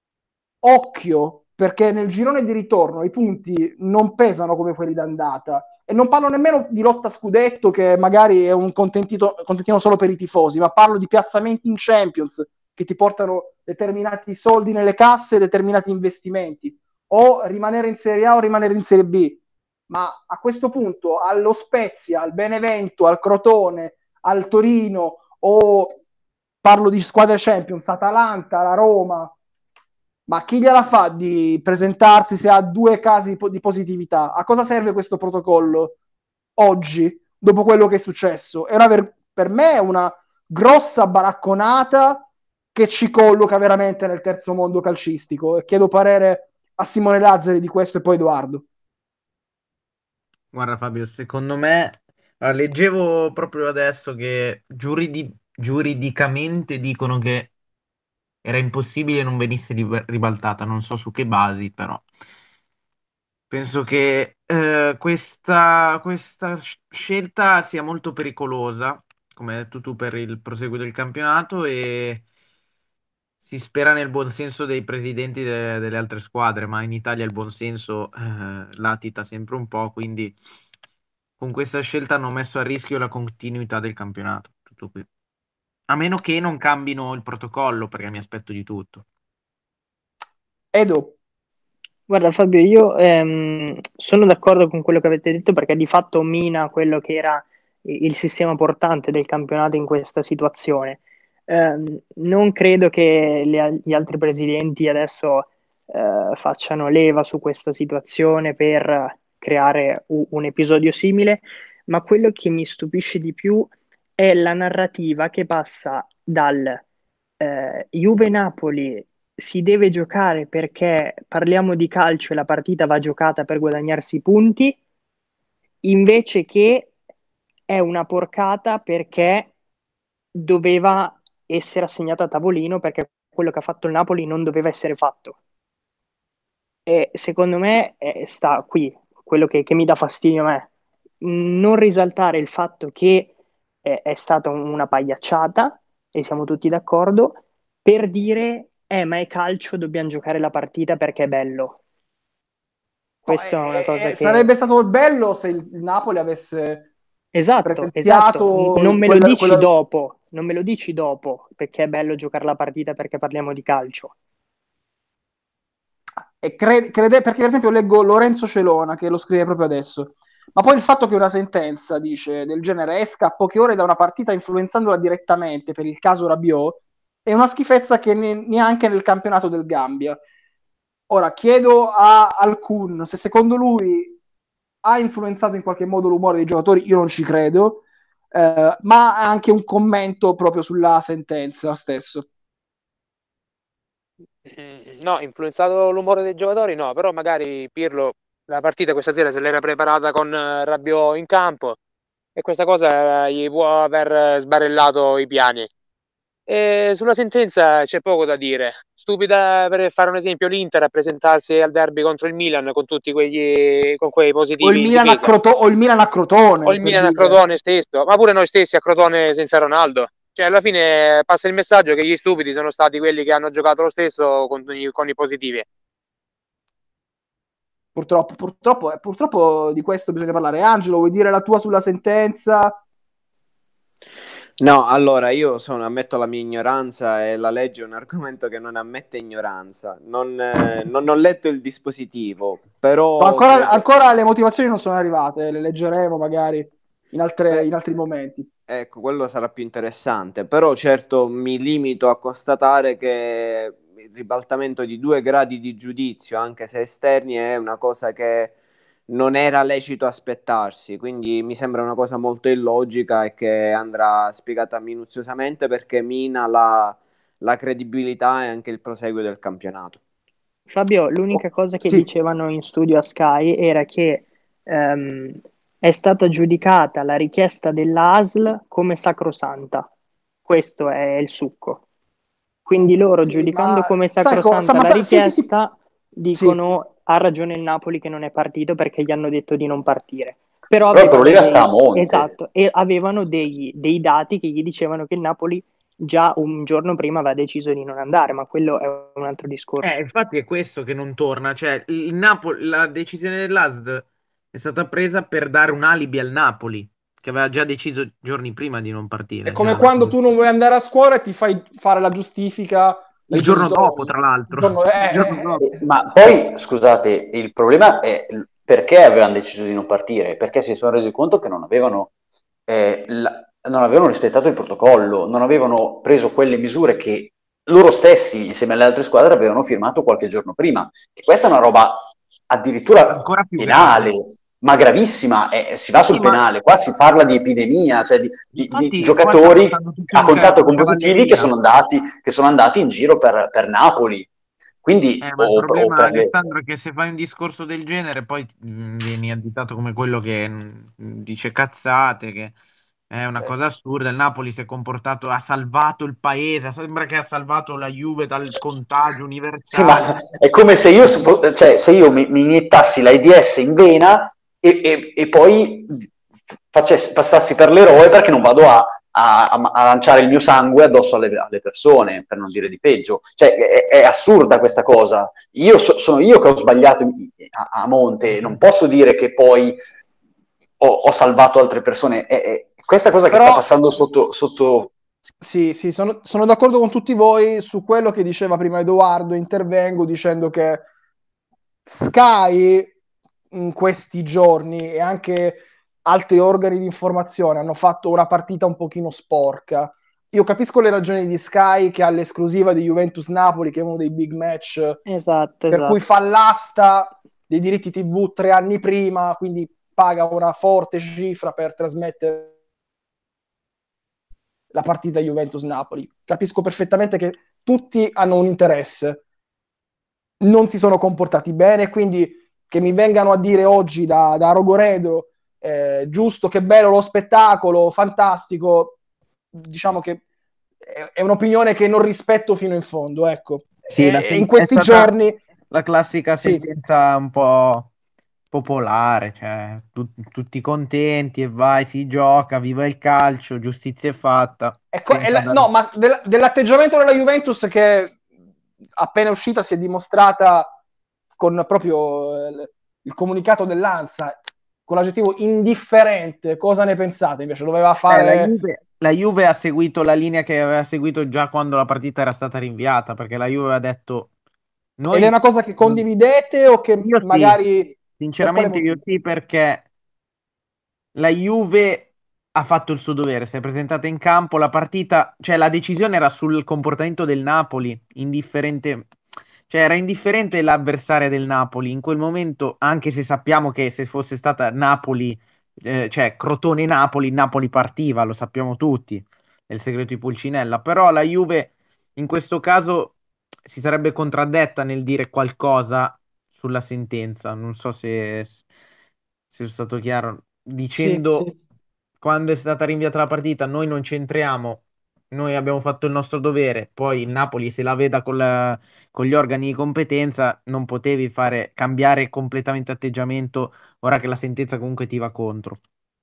occhio, perché nel girone di ritorno i punti non pesano come quelli d'andata, e non parlo nemmeno di lotta a scudetto, che magari è un contentito, contentino solo per i tifosi, ma parlo di piazzamenti in Champions che ti portano determinati soldi nelle casse, determinati investimenti, o rimanere in Serie A o rimanere in Serie B. Ma a questo punto allo Spezia, al Benevento, al Crotone, al Torino, o parlo di squadre Champions, Atalanta, la Roma, ma chi gliela fa di presentarsi se ha due casi di positività? A cosa serve questo protocollo oggi, dopo quello che è successo? È una ver- per me è una grossa baracconata che ci colloca veramente nel terzo mondo calcistico. E chiedo parere a Simone Lazzari di questo e poi Edoardo. Guarda Fabio, secondo me, allora, leggevo proprio adesso che giuridi- giuridicamente dicono che era impossibile non venisse ri- ribaltata, non so su che basi, però penso che eh, questa, questa sc- scelta sia molto pericolosa, come hai detto tu, per il proseguo del campionato, e si spera nel buon senso dei presidenti de- delle altre squadre, ma in Italia il buon senso eh, latita sempre un po', quindi con questa scelta hanno messo a rischio la continuità del campionato. Tutto qui. A meno che non cambino il protocollo, perché mi aspetto di tutto. Edo. Guarda Fabio, io ehm, sono d'accordo con quello che avete detto perché di fatto mina quello che era il sistema portante del campionato in questa situazione. Ehm, non credo che le- gli altri presidenti adesso eh, facciano leva su questa situazione per creare u- un episodio simile, ma quello che mi stupisce di più è la narrativa che passa dal eh, Juve-Napoli si deve giocare perché parliamo di calcio e la partita va giocata per guadagnarsi i punti, invece che è una porcata perché doveva essere assegnata a tavolino perché quello che ha fatto il Napoli non doveva essere fatto. E secondo me eh, sta qui quello che, che mi dà fastidio a me. Non risaltare il fatto che eh, è stata una pagliacciata, e siamo tutti d'accordo, per dire, eh, ma è calcio, dobbiamo giocare la partita perché è bello. No, Questa è una eh, cosa eh, che... sarebbe stato bello se il il Napoli avesse Esatto, esatto. N- Non presenziato me lo quella, dici quella- dopo, non me lo dici dopo perché è bello giocare la partita perché parliamo di calcio. e cre- crede, perché per esempio leggo Lorenzo Celona che lo scrive proprio adesso, ma poi il fatto che una sentenza, dice, del genere esca a poche ore da una partita influenzandola direttamente per il caso Rabiot è una schifezza che ne- neanche nel campionato del Gambia. Ora chiedo a Alcun se secondo lui ha influenzato in qualche modo l'umore dei giocatori, io non ci credo, eh, ma ha anche un commento proprio sulla sentenza stesso. Mm, No, influenzato l'umore dei giocatori, no, però magari Pirlo la partita questa sera se l'era preparata con eh, Rabiot in campo e questa cosa eh, gli può aver sbarellato i piani. E sulla sentenza c'è poco da dire. Stupida, per fare un esempio, l'Inter a presentarsi al derby contro il Milan con tutti quegli, con quei O il positivi in Milan a, difesa. Croto- o il Milan a O Crotone, il per Milan a dire. Crotone stesso, ma pure noi stessi a Crotone senza Ronaldo. Cioè, alla fine passa il messaggio che gli stupidi sono stati quelli che hanno giocato lo stesso con, i- con i positivi. Purtroppo, purtroppo, eh, purtroppo di questo bisogna parlare. Angelo, vuoi dire la tua sulla sentenza? No, allora io sono, ammetto la mia ignoranza e la legge è un argomento che non ammette ignoranza. Non, eh, non ho letto il dispositivo, No, però ancora, credo... ancora le motivazioni non sono arrivate, le leggeremo magari in, altre- Beh, in altri momenti. ecco, quello sarà più interessante, però certo mi limito a constatare che il ribaltamento di due gradi di giudizio, anche se esterni, è una cosa che non era lecito aspettarsi, quindi mi sembra una cosa molto illogica e che andrà spiegata minuziosamente perché mina la, la credibilità e anche il proseguo del campionato. Fabio, l'unica Oh, cosa che sì, dicevano in studio a Sky era che ehm, è stata giudicata la richiesta dell'A S L come sacrosanta. Questo è il succo. Quindi loro, sì, giudicando ma come sai cosa? sacrosanta Ma la sa- sì, sì, sì, richiesta, sì. dicono ha ragione il Napoli che non è partito perché gli hanno detto di non partire. Però Però il avevano problema sta a dei, monte. esatto, e avevano dei, dei dati che gli dicevano che il Napoli già un giorno prima aveva deciso di non andare, ma quello è un altro Eh, discorso. infatti è questo che non torna, cioè il Napoli, la decisione dell'A S D è stata presa per dare un alibi al Napoli, che aveva già deciso giorni prima di non È partire. Cioè, come una quando cosa- tu non vuoi andare a scuola e ti fai fare la giustifica Il dai giorno dopo, genitori. tra Il l'altro. giorno- Il eh, giorno eh, dopo. Eh, eh, Ma poi, scusate, il problema è l- perché avevano deciso di non partire? Perché si sono resi conto che non avevano, eh, la- non avevano rispettato il protocollo, non avevano preso quelle misure che loro stessi, insieme alle altre squadre, avevano firmato qualche giorno prima. E questa è una roba addirittura Ancora più grave. penale, ma gravissima, eh, si va Sì, sul ma penale. Qua si parla di epidemia, cioè di, di- di infatti qua stanno giocatori andando tutti a in, ca- contatto in con positivi che cavalleria. sono andati, che sono andati in giro per, per Napoli. Quindi, Eh, ma il o, o problema, per le... Alessandro, è che se fai un discorso del genere poi mh, vieni additato come quello che mh, dice cazzate, che è una cosa assurda. Il Napoli si è comportato, ha salvato il paese, sembra che ha salvato la Juve dal contagio Sì, universale. ma è come se io, suppo- cioè, se io mi, mi iniettassi l'AIDS in vena e, e- e poi facessi, passassi per l'eroe perché non vado a, a- a lanciare il mio sangue addosso alle, alle persone, per non dire di peggio. Cioè, è, è assurda questa cosa. Io so- sono io che ho sbagliato a, a monte, non posso dire che poi ho, ho salvato altre persone. È, è- questa cosa che sta Però passando sotto, sotto... sì, sì, sono, sono d'accordo con tutti voi su quello che diceva prima Edoardo. Intervengo dicendo che Sky in questi giorni e anche altri organi di informazione hanno fatto una partita un pochino sporca. Io capisco le ragioni di Sky che ha l'esclusiva di Juventus-Napoli, che è uno dei big match, Esatto, per cui esatto. fa l'asta dei diritti T V tre anni prima, quindi paga una forte cifra per trasmettere la partita Juventus-Napoli. Capisco perfettamente che tutti hanno un interesse, non si sono comportati bene, quindi che mi vengano a dire oggi da, da Rogoredo, eh, giusto, che bello lo spettacolo, fantastico, diciamo che è, è un'opinione che non rispetto fino in fondo, ecco. Sì, la E sen- in è questi stata giorni, la classica sì, sentenza un po' popolare, cioè tu- tutti contenti e vai, si gioca, viva il calcio, giustizia è fatta, ecco, è senza la- dare... no, ma del- dell'atteggiamento della Juventus che appena uscita si è dimostrata con proprio eh, il comunicato dell'Ansa con l'aggettivo indifferente. Cosa ne pensate? Invece doveva Eh, la fare Juve, la Juve ha seguito la linea che aveva seguito già quando la partita era stata rinviata, perché la Juve ha detto, ed è noi... una cosa che non- condividete o che Io sì, magari per quale sinceramente io motivo? sì, perché la Juve ha fatto il suo dovere, si è presentata in campo, la partita, cioè la decisione era sul comportamento del Napoli, indifferente, cioè era indifferente l'avversaria del Napoli in quel momento, anche se sappiamo che se fosse stata Napoli, eh, cioè Crotone-Napoli, Napoli partiva, lo sappiamo tutti, è il segreto di Pulcinella, però la Juve in questo caso si sarebbe contraddetta nel dire qualcosa sulla sentenza, non so se, se sono stato chiaro, Sì, sì. dicendo quando è stata rinviata la partita noi non c'entriamo, noi abbiamo fatto il nostro dovere, poi il Napoli se la veda con, la- con gli organi di competenza non potevi fare cambiare completamente atteggiamento ora che la sentenza comunque ti va contro.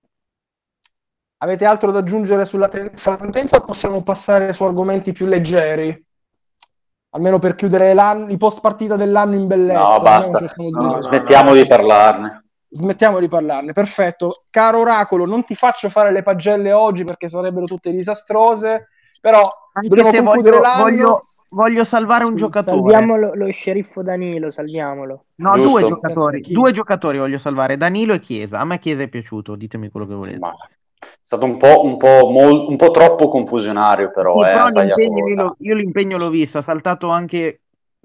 Avete altro da aggiungere sulla, ten- sulla sentenza o possiamo passare su argomenti più leggeri? Almeno per chiudere l'anno, i post partita dell'anno in No, bellezza, almeno basta, ce ne sono No, due. no, no, smettiamo di no. parlarne. Smettiamo di parlarne, perfetto. Caro Oracolo, non ti faccio fare le pagelle oggi perché sarebbero tutte disastrose, però Anche dobbiamo se concludere voglio, l'anno. voglio, voglio salvare un Sì, giocatore. Salviamo lo, lo sceriffo Danilo, salviamolo. No, due Giusto? giocatori. chi? Due giocatori voglio salvare, Danilo e Chiesa. A me Chiesa è piaciuto, ditemi quello che volete. Ma è stato un po', un po', mol- un po' troppo confusionario, però Sì, eh, però ha l'impegno, sbagliato io, lo- tanto. io l'impegno l'ho visto, ha saltato anche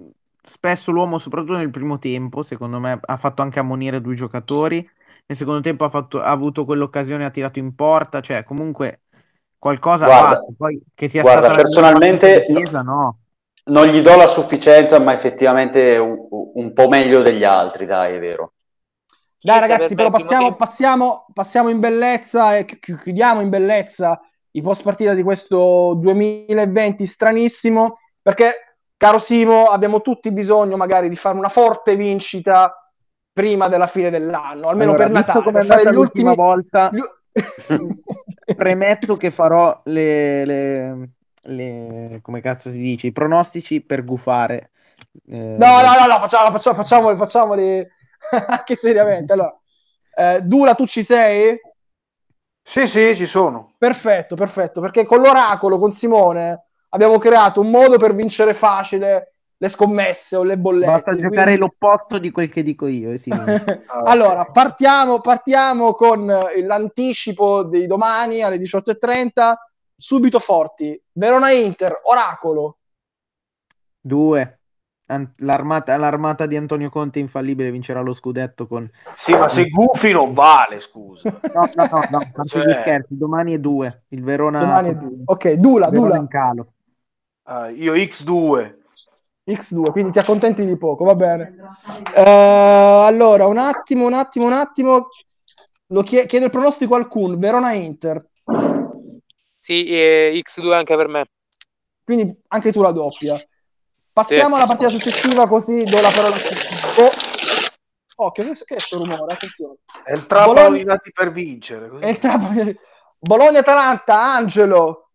spesso l'uomo, soprattutto nel primo tempo, secondo me ha fatto anche ammonire due giocatori. Nel secondo tempo ha, fatto, ha avuto quell'occasione, ha tirato in porta, cioè comunque qualcosa ha Guarda, fatto. Poi che sia guarda, stata la miglior partita personalmente no- difesa, no. non gli do la sufficienza, ma effettivamente un, un po' meglio degli altri, dai, è vero. Dai Chissà, ragazzi, per però me il primo passiamo, tempo- passiamo, passiamo in bellezza e chi- chiudiamo in bellezza i post partita di questo duemilaventi stranissimo, perché, caro Simo, abbiamo tutti bisogno magari di fare una forte vincita prima della fine dell'anno, almeno Allora, per visto Natale, come è per fare andata gli l'ultima ultimi... volta, gli- premetto che farò le, le, le- come cazzo si dice, i pronostici per gufare. eh, No, la- no, no, no, facciamo, facciamo, facciamoli, facciamoli anche seriamente. Allora, eh, Dula, tu ci sei? Sì, sì, ci sono. Perfetto, perfetto, perché con l'oracolo, con Simone, abbiamo creato un modo per vincere facile le scommesse o le Basta bollette. giocare Quindi... l'opposto di quel che dico io e si vince. Ah, allora, ok. partiamo, partiamo con eh, l'anticipo di domani alle diciotto e trenta. Subito forti. Verona Inter, oracolo. Due. An- L'armata, l'armata di Antonio Conte infallibile vincerà lo scudetto con... Sì, ma se gufi non vale, scusa. No, no, no, no, a parte gli Cioè, scherzi, domani è due. Il Verona, Domani è due. Ok, Dula, il Verona Dula. in calo. ah, io X due. X due, quindi ti accontenti di poco, va bene. Eh, allora, un attimo, un attimo, un attimo. Lo chie- chiedo il pronostico al Kun, Verona Inter. Sì, eh, X due anche per me. Quindi anche tu la doppia. Passiamo alla partita successiva, così do la parola a oh. Oh, che che è questo rumore? Attenzione. È il trapano Bologna- di nati per vincere. Così. È il trapano- Bologna-Atalanta, Angelo.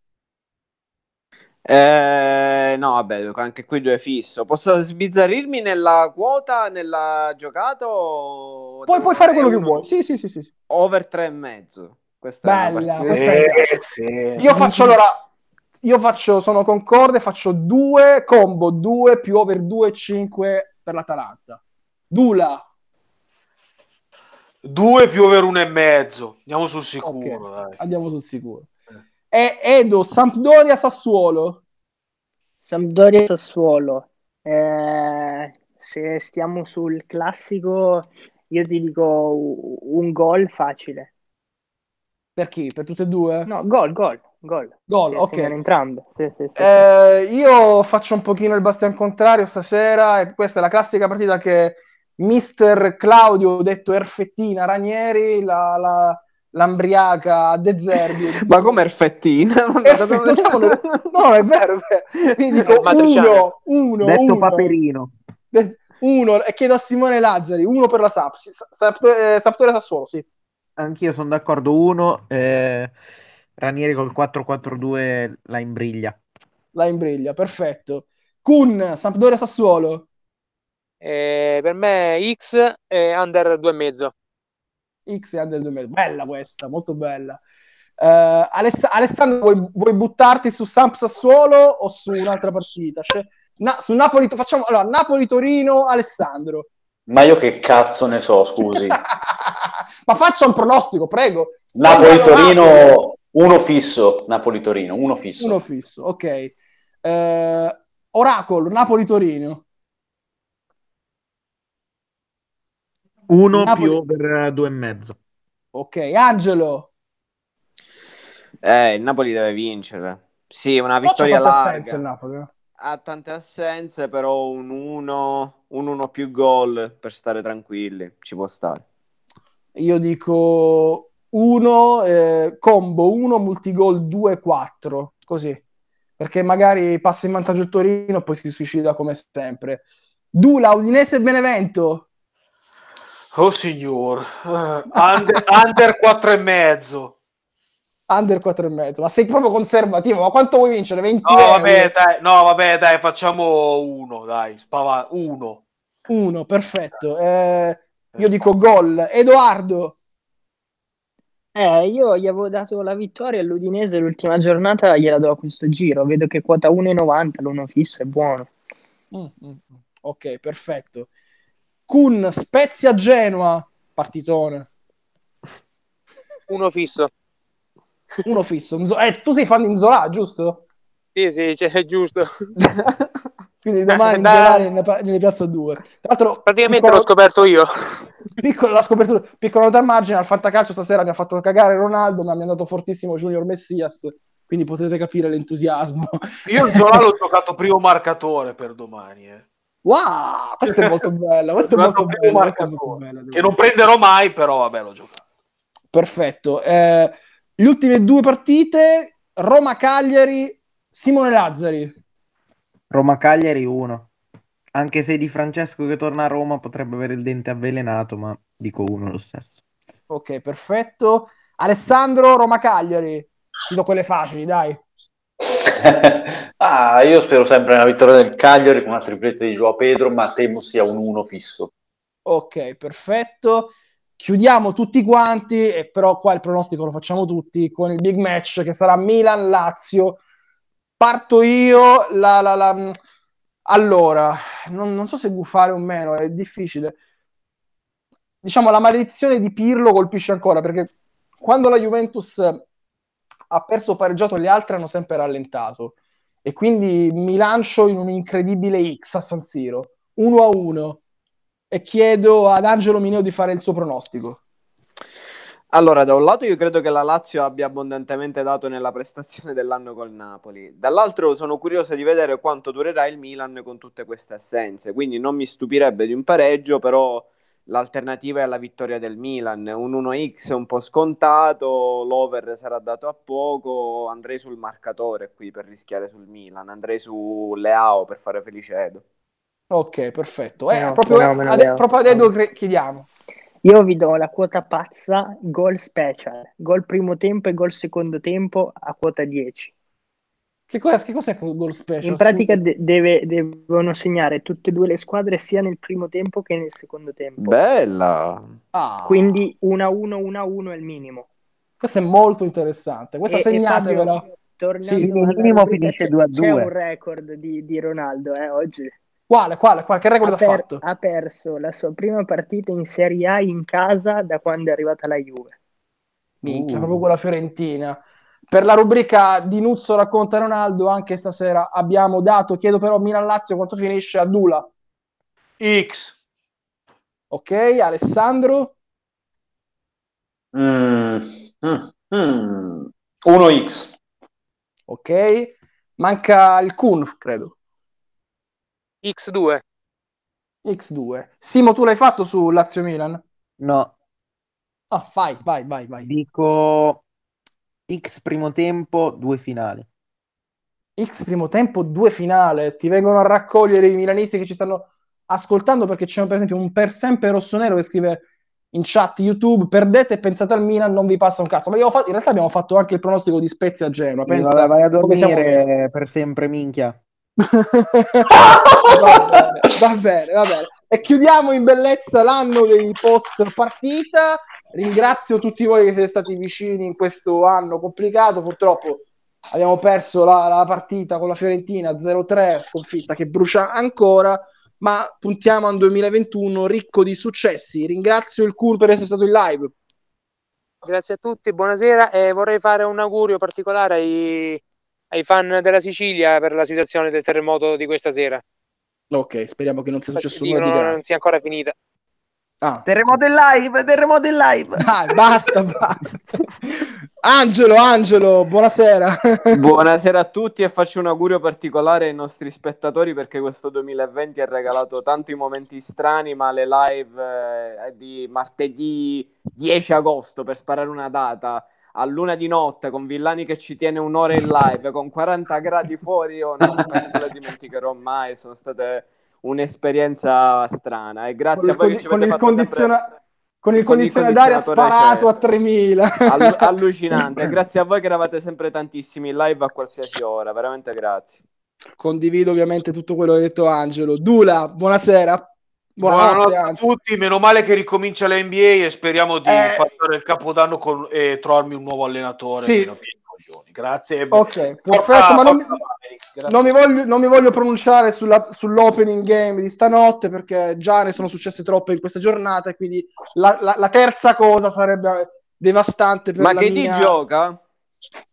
Eh, no, vabbè, anche qui due fisso. Posso sbizzarrirmi nella quota, nella giocata o Puoi, puoi devo- fare è quello che uno vuoi. Sì, sì, sì, sì, sì. over tre e mezzo. Questa è una Bella, partita. questa mi Eh, piace. sì. Io faccio allora, io faccio, sono concorde, faccio due combo, due più over due e cinque per l'Atalanta. Dula. Due più over uno e mezzo. Andiamo sul sicuro, Ok, dai. andiamo sul sicuro. E Edo, Sampdoria, Sassuolo. Sampdoria Sassuolo. Eh, se stiamo sul classico, io ti dico u- un gol facile. Per chi? Per tutte e due? No, gol, gol, gol. Gol, Che ok. segnano entrambe. Sì, sì, sì, sì. Eh, io faccio un pochino il bastian contrario stasera e questa è la classica partita che mister Claudio, detto Erfettina Ranieri, la, la, l'ambriaca De Zerbi. Ma come Erfettina? Erfe- togliamolo- no, è vero, è vero. Quindi dico Il matriciano. uno, uno, Detto uno. Paperino. De- uno, e chiedo a Simone Lazzari, uno per la Samp, Sì, Samp- eh, Sampdoria Sassuolo, sì. Anch'io sono d'accordo. Uno, eh, Ranieri col quattro quattro due la imbriglia. La imbriglia, perfetto. Kun, Sampdoria Sassuolo. Eh, per me X e under due e mezzo. X e under due metri. Bella questa, molto bella. Uh, Aless- Alessandro, vuoi, vuoi buttarti su Samp Sassuolo o su un'altra partita? Cioè, na- su Napoli, facciamo allora Napoli-Torino, Alessandro. Ma io che cazzo ne so, scusi. Ma faccia un pronostico, prego. Napoli-Torino, uno fisso. Napoli-Torino, uno fisso. Uno fisso, ok. Uh, Oracolo, Napoli-Torino. Uno Napoli... più over due e mezzo. Ok, Angelo. Eh, il Napoli deve vincere. Sì, una Però c'ha vittoria tante assenze il larga. Napoli. eh. Ha tante assenze, però un uno, un uno più gol per stare tranquilli, ci può stare. Io dico uno, eh, combo uno, multigol due quattro, così. Perché magari passa in vantaggio il Torino e poi si suicida come sempre. Dula, Udinese e Benevento. Oh signor. Uh, under, under quattro e mezzo. Under quattro e mezzo. Ma sei proprio conservativo. Ma quanto vuoi vincere? venti No, euro? vabbè, dai, no, vabbè, dai, facciamo uno, dai, spava, uno. Uno, perfetto. Eh, io dico gol. Edoardo. Eh, io gli avevo dato la vittoria all'Udinese l'ultima giornata, gliela do a questo giro. Vedo che quota uno e novanta, l'uno fisso è buono. Mm, mm, mm. Ok, perfetto. Kun, Spezia Genoa. Partitone. Uno fisso. Uno fisso. Nzo- eh, tu sei fan di Nzola, giusto? Sì, sì, cioè, è giusto. Quindi domani in Gerani nelle, nelle piazza due. Tra l'altro, praticamente piccolo, l'ho scoperto io. Piccolo, la scopertura, piccolo nota a margine, al fantacalcio stasera mi ha fatto cagare Ronaldo, ma mi è andato fortissimo Junior Messias, quindi potete capire l'entusiasmo. Io il Zola l'ho giocato primo marcatore per domani. Eh. Wow, questo è molto bello, questo è molto bello, questo è molto bello, che non prenderò mai, però vabbè, l'ho giocato. Perfetto. Eh, le ultime due partite, Roma-Cagliari, Simone Lazzari. Roma-Cagliari uno. Anche se Di Francesco che torna a Roma potrebbe avere il dente avvelenato, ma dico uno lo stesso. Ok, perfetto. Alessandro, Roma-Cagliari. Ti do quelle facili, dai. ah, io spero sempre nella vittoria del Cagliari con una tripletta di Joao Pedro, ma temo sia un uno fisso. Ok, perfetto. Chiudiamo tutti quanti, e però qua il pronostico lo facciamo tutti, con il big match che sarà Milan-Lazio. Parto io. La, la, la... Allora, non, non so se gufare o meno, è difficile. Diciamo, la maledizione di Pirlo colpisce ancora, perché quando la Juventus ha perso o pareggiato, le altre hanno sempre rallentato. E quindi mi lancio in un incredibile X a San Siro, uno a uno, e chiedo ad Angelo Mineo di fare il suo pronostico. Allora, da un lato io credo che la Lazio abbia abbondantemente dato nella prestazione dell'anno col Napoli, dall'altro sono curioso di vedere quanto durerà il Milan con tutte queste assenze, quindi non mi stupirebbe di un pareggio, però l'alternativa è la vittoria del Milan, un uno x un po' scontato, l'over sarà dato a poco, andrei sul marcatore qui per rischiare sul Milan, andrei su Leao per fare felice Edo. Ok, perfetto. Eh, No, proprio, fenomeno, ad, Leo. proprio ad Edo cre- chiediamo. Io vi do la quota pazza, gol special, gol primo tempo e gol secondo tempo a quota dieci. Che, cosa, che cos'è quel gol special? In pratica Scusa. de- deve, devono segnare tutte e due le squadre sia nel primo tempo che nel secondo tempo. Bella! Ah, Quindi uno a uno, uno a uno è il minimo. questo è molto interessante. Questa E, e segnatevela. Fabio, tornando Sì. Il alla minimo rubrica, finisce c'è, due a c'è un due. record di, di Ronaldo eh, oggi. Quale, quale, quale? Che record Ha, ha per- fatto? ha perso la sua prima partita in Serie A in casa da quando è arrivata la Juve. Minchia, Uh. proprio con la Fiorentina. Per la rubrica di Nuzzo racconta Ronaldo, anche stasera abbiamo dato, chiedo però Milan-Lazio quanto finisce a Dula. X. Ok, Alessandro? Mm, mm, mm. uno x. Ok, manca il Kun, credo. X due. X due. Simo, tu l'hai fatto su Lazio-Milan? No, Ah, vai, vai, vai, vai. dico X primo tempo, due finali. X primo tempo, due finale. Ti vengono a raccogliere i milanisti che ci stanno ascoltando, perché c'è per esempio un per sempre rossonero che scrive in chat YouTube: perdete e pensate al Milan, non vi passa un cazzo. Ma abbiamo fatto, in realtà abbiamo fatto anche il pronostico di Spezia a Genoa. Sì, Pensa vabbè, vai a come siamo messi. dormire per sempre, minchia. va bene, va bene, va bene. E chiudiamo in bellezza l'anno dei post partita. Ringrazio tutti voi che siete stati vicini in questo anno complicato. Purtroppo abbiamo perso la, la partita con la Fiorentina zero tre, sconfitta che brucia ancora, ma puntiamo a un duemilaventuno ricco di successi. Ringrazio il Cool per essere stato in live. Grazie a tutti, buonasera, e vorrei fare un augurio particolare ai, ai fan della Sicilia per la situazione del terremoto di questa sera. Ok, speriamo che non sia successo Dicono nulla di grave. non sia ancora finita. Ah. Terremoto in live, terremoto in live. Dai, basta, basta. Angelo, Angelo, buonasera. Buonasera a tutti e faccio un augurio particolare ai nostri spettatori, perché questo duemilaventi ha regalato tanti momenti strani, ma le live eh, di martedì dieci agosto, per sparare una data, a luna di notte con Villani che ci tiene un'ora in live con quaranta gradi fuori, io non penso le dimenticherò mai, sono state un'esperienza strana e grazie con a voi il, che ci con avete il fatto condiziona- sempre... con il con il condizionatore d'aria condizionatore, sparato a certo. tremila. Allu- allucinante, grazie a voi che eravate sempre tantissimi in live a qualsiasi ora, veramente grazie. Condivido ovviamente tutto quello che ha detto Angelo. Dula, buonasera. Buonanotte, Buonanotte a anzi. tutti, meno male che ricomincia l'N B A e speriamo di Eh, passare il capodanno con, e trovarmi un nuovo allenatore. Sì. Meno pieni coglioni. Grazie. Ok, Forza- perfetto, ma non mi, forza Mavericks, grazie. non mi voglio, non mi voglio pronunciare sulla- sull'opening game di stanotte, perché già ne sono successe troppe in questa giornata, e quindi la, la- la terza cosa sarebbe devastante per Ma la che mia... ti gioca?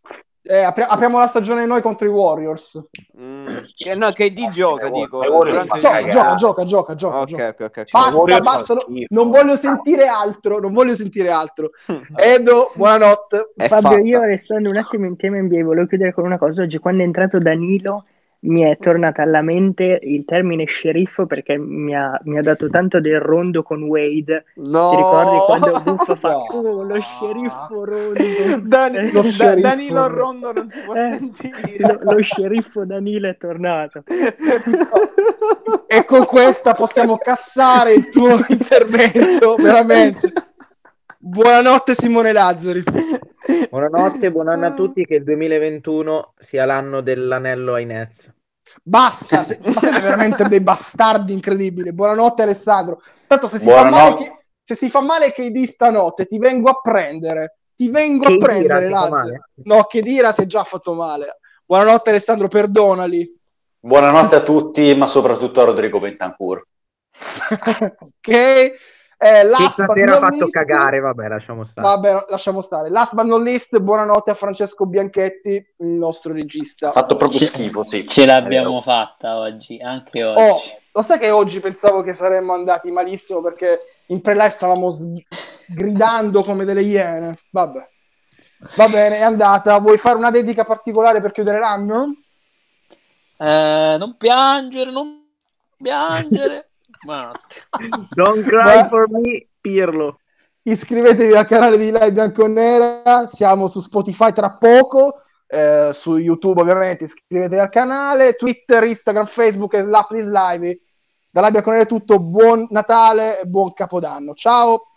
Eh, apri- apriamo la stagione noi contro i Warriors. Mm, che, no, che di gioca, dico. I Warriors durante- Gioca, cagare. gioca, gioca, gioca, gioca, Ok, gioca. ok, ok. ok. Basta, Warriors basta, fa no- schifo. non voglio sentire altro, non voglio sentire altro. Edo, buonanotte. È Fabio, fatta. io restando un attimo in tema N B A, volevo chiudere con una cosa. Oggi quando è entrato Danilo mi è tornato alla mente il termine sceriffo perché mi ha, mi ha dato tanto del rondo con Wade. No. Ti ricordi quando Buffo fa No. "Oh, lo sceriffo rondo"? Dan- Eh, Lo Da- sceriffo. Danilo Rondo non si può eh, sentire. lo, lo sceriffo Danilo è tornato. E con questa possiamo cassare il tuo intervento, veramente. Buonanotte Simone Lazzari. Buonanotte, buon anno a tutti, che il duemilaventuno sia l'anno dell'anello ai Nets. Basta, se- ma siete veramente dei bastardi incredibili. Buonanotte Alessandro. Tanto se si fa male Buonanotte. che, se si fa male che di stanotte ti vengo a prendere. Ti vengo Che a Dira prendere, ti fa Lazzaro. male? No, che Dira si è già fatto male. Buonanotte Alessandro, perdonali. Buonanotte a tutti, ma soprattutto a Rodrigo Bentancur. Che eh, Che last but stasera ha not fatto least- cagare, vabbè, lasciamo stare. Vabbè, lasciamo stare. Last but not least, buonanotte a Francesco Bianchetti, il nostro regista. Ha fatto proprio schifo, sì. Ce l'abbiamo fatta oggi, anche oggi. Oh, lo sai che oggi pensavo che saremmo andati malissimo perché in pre-live stavamo s- gridando come delle iene. Vabbè. Va bene, è andata. Vuoi fare una dedica particolare per chiudere l'anno? Eh, non piangere, non piangere. Buonanotte. Don't cry Beh. for me, Pirlo. Iscrivetevi al canale di Live Bianconera, siamo su Spotify tra poco, eh, su YouTube ovviamente, iscrivetevi al canale, Twitter, Instagram, Facebook e l'app di Live. Da Live Bianconera è tutto, buon Natale e buon Capodanno. Ciao!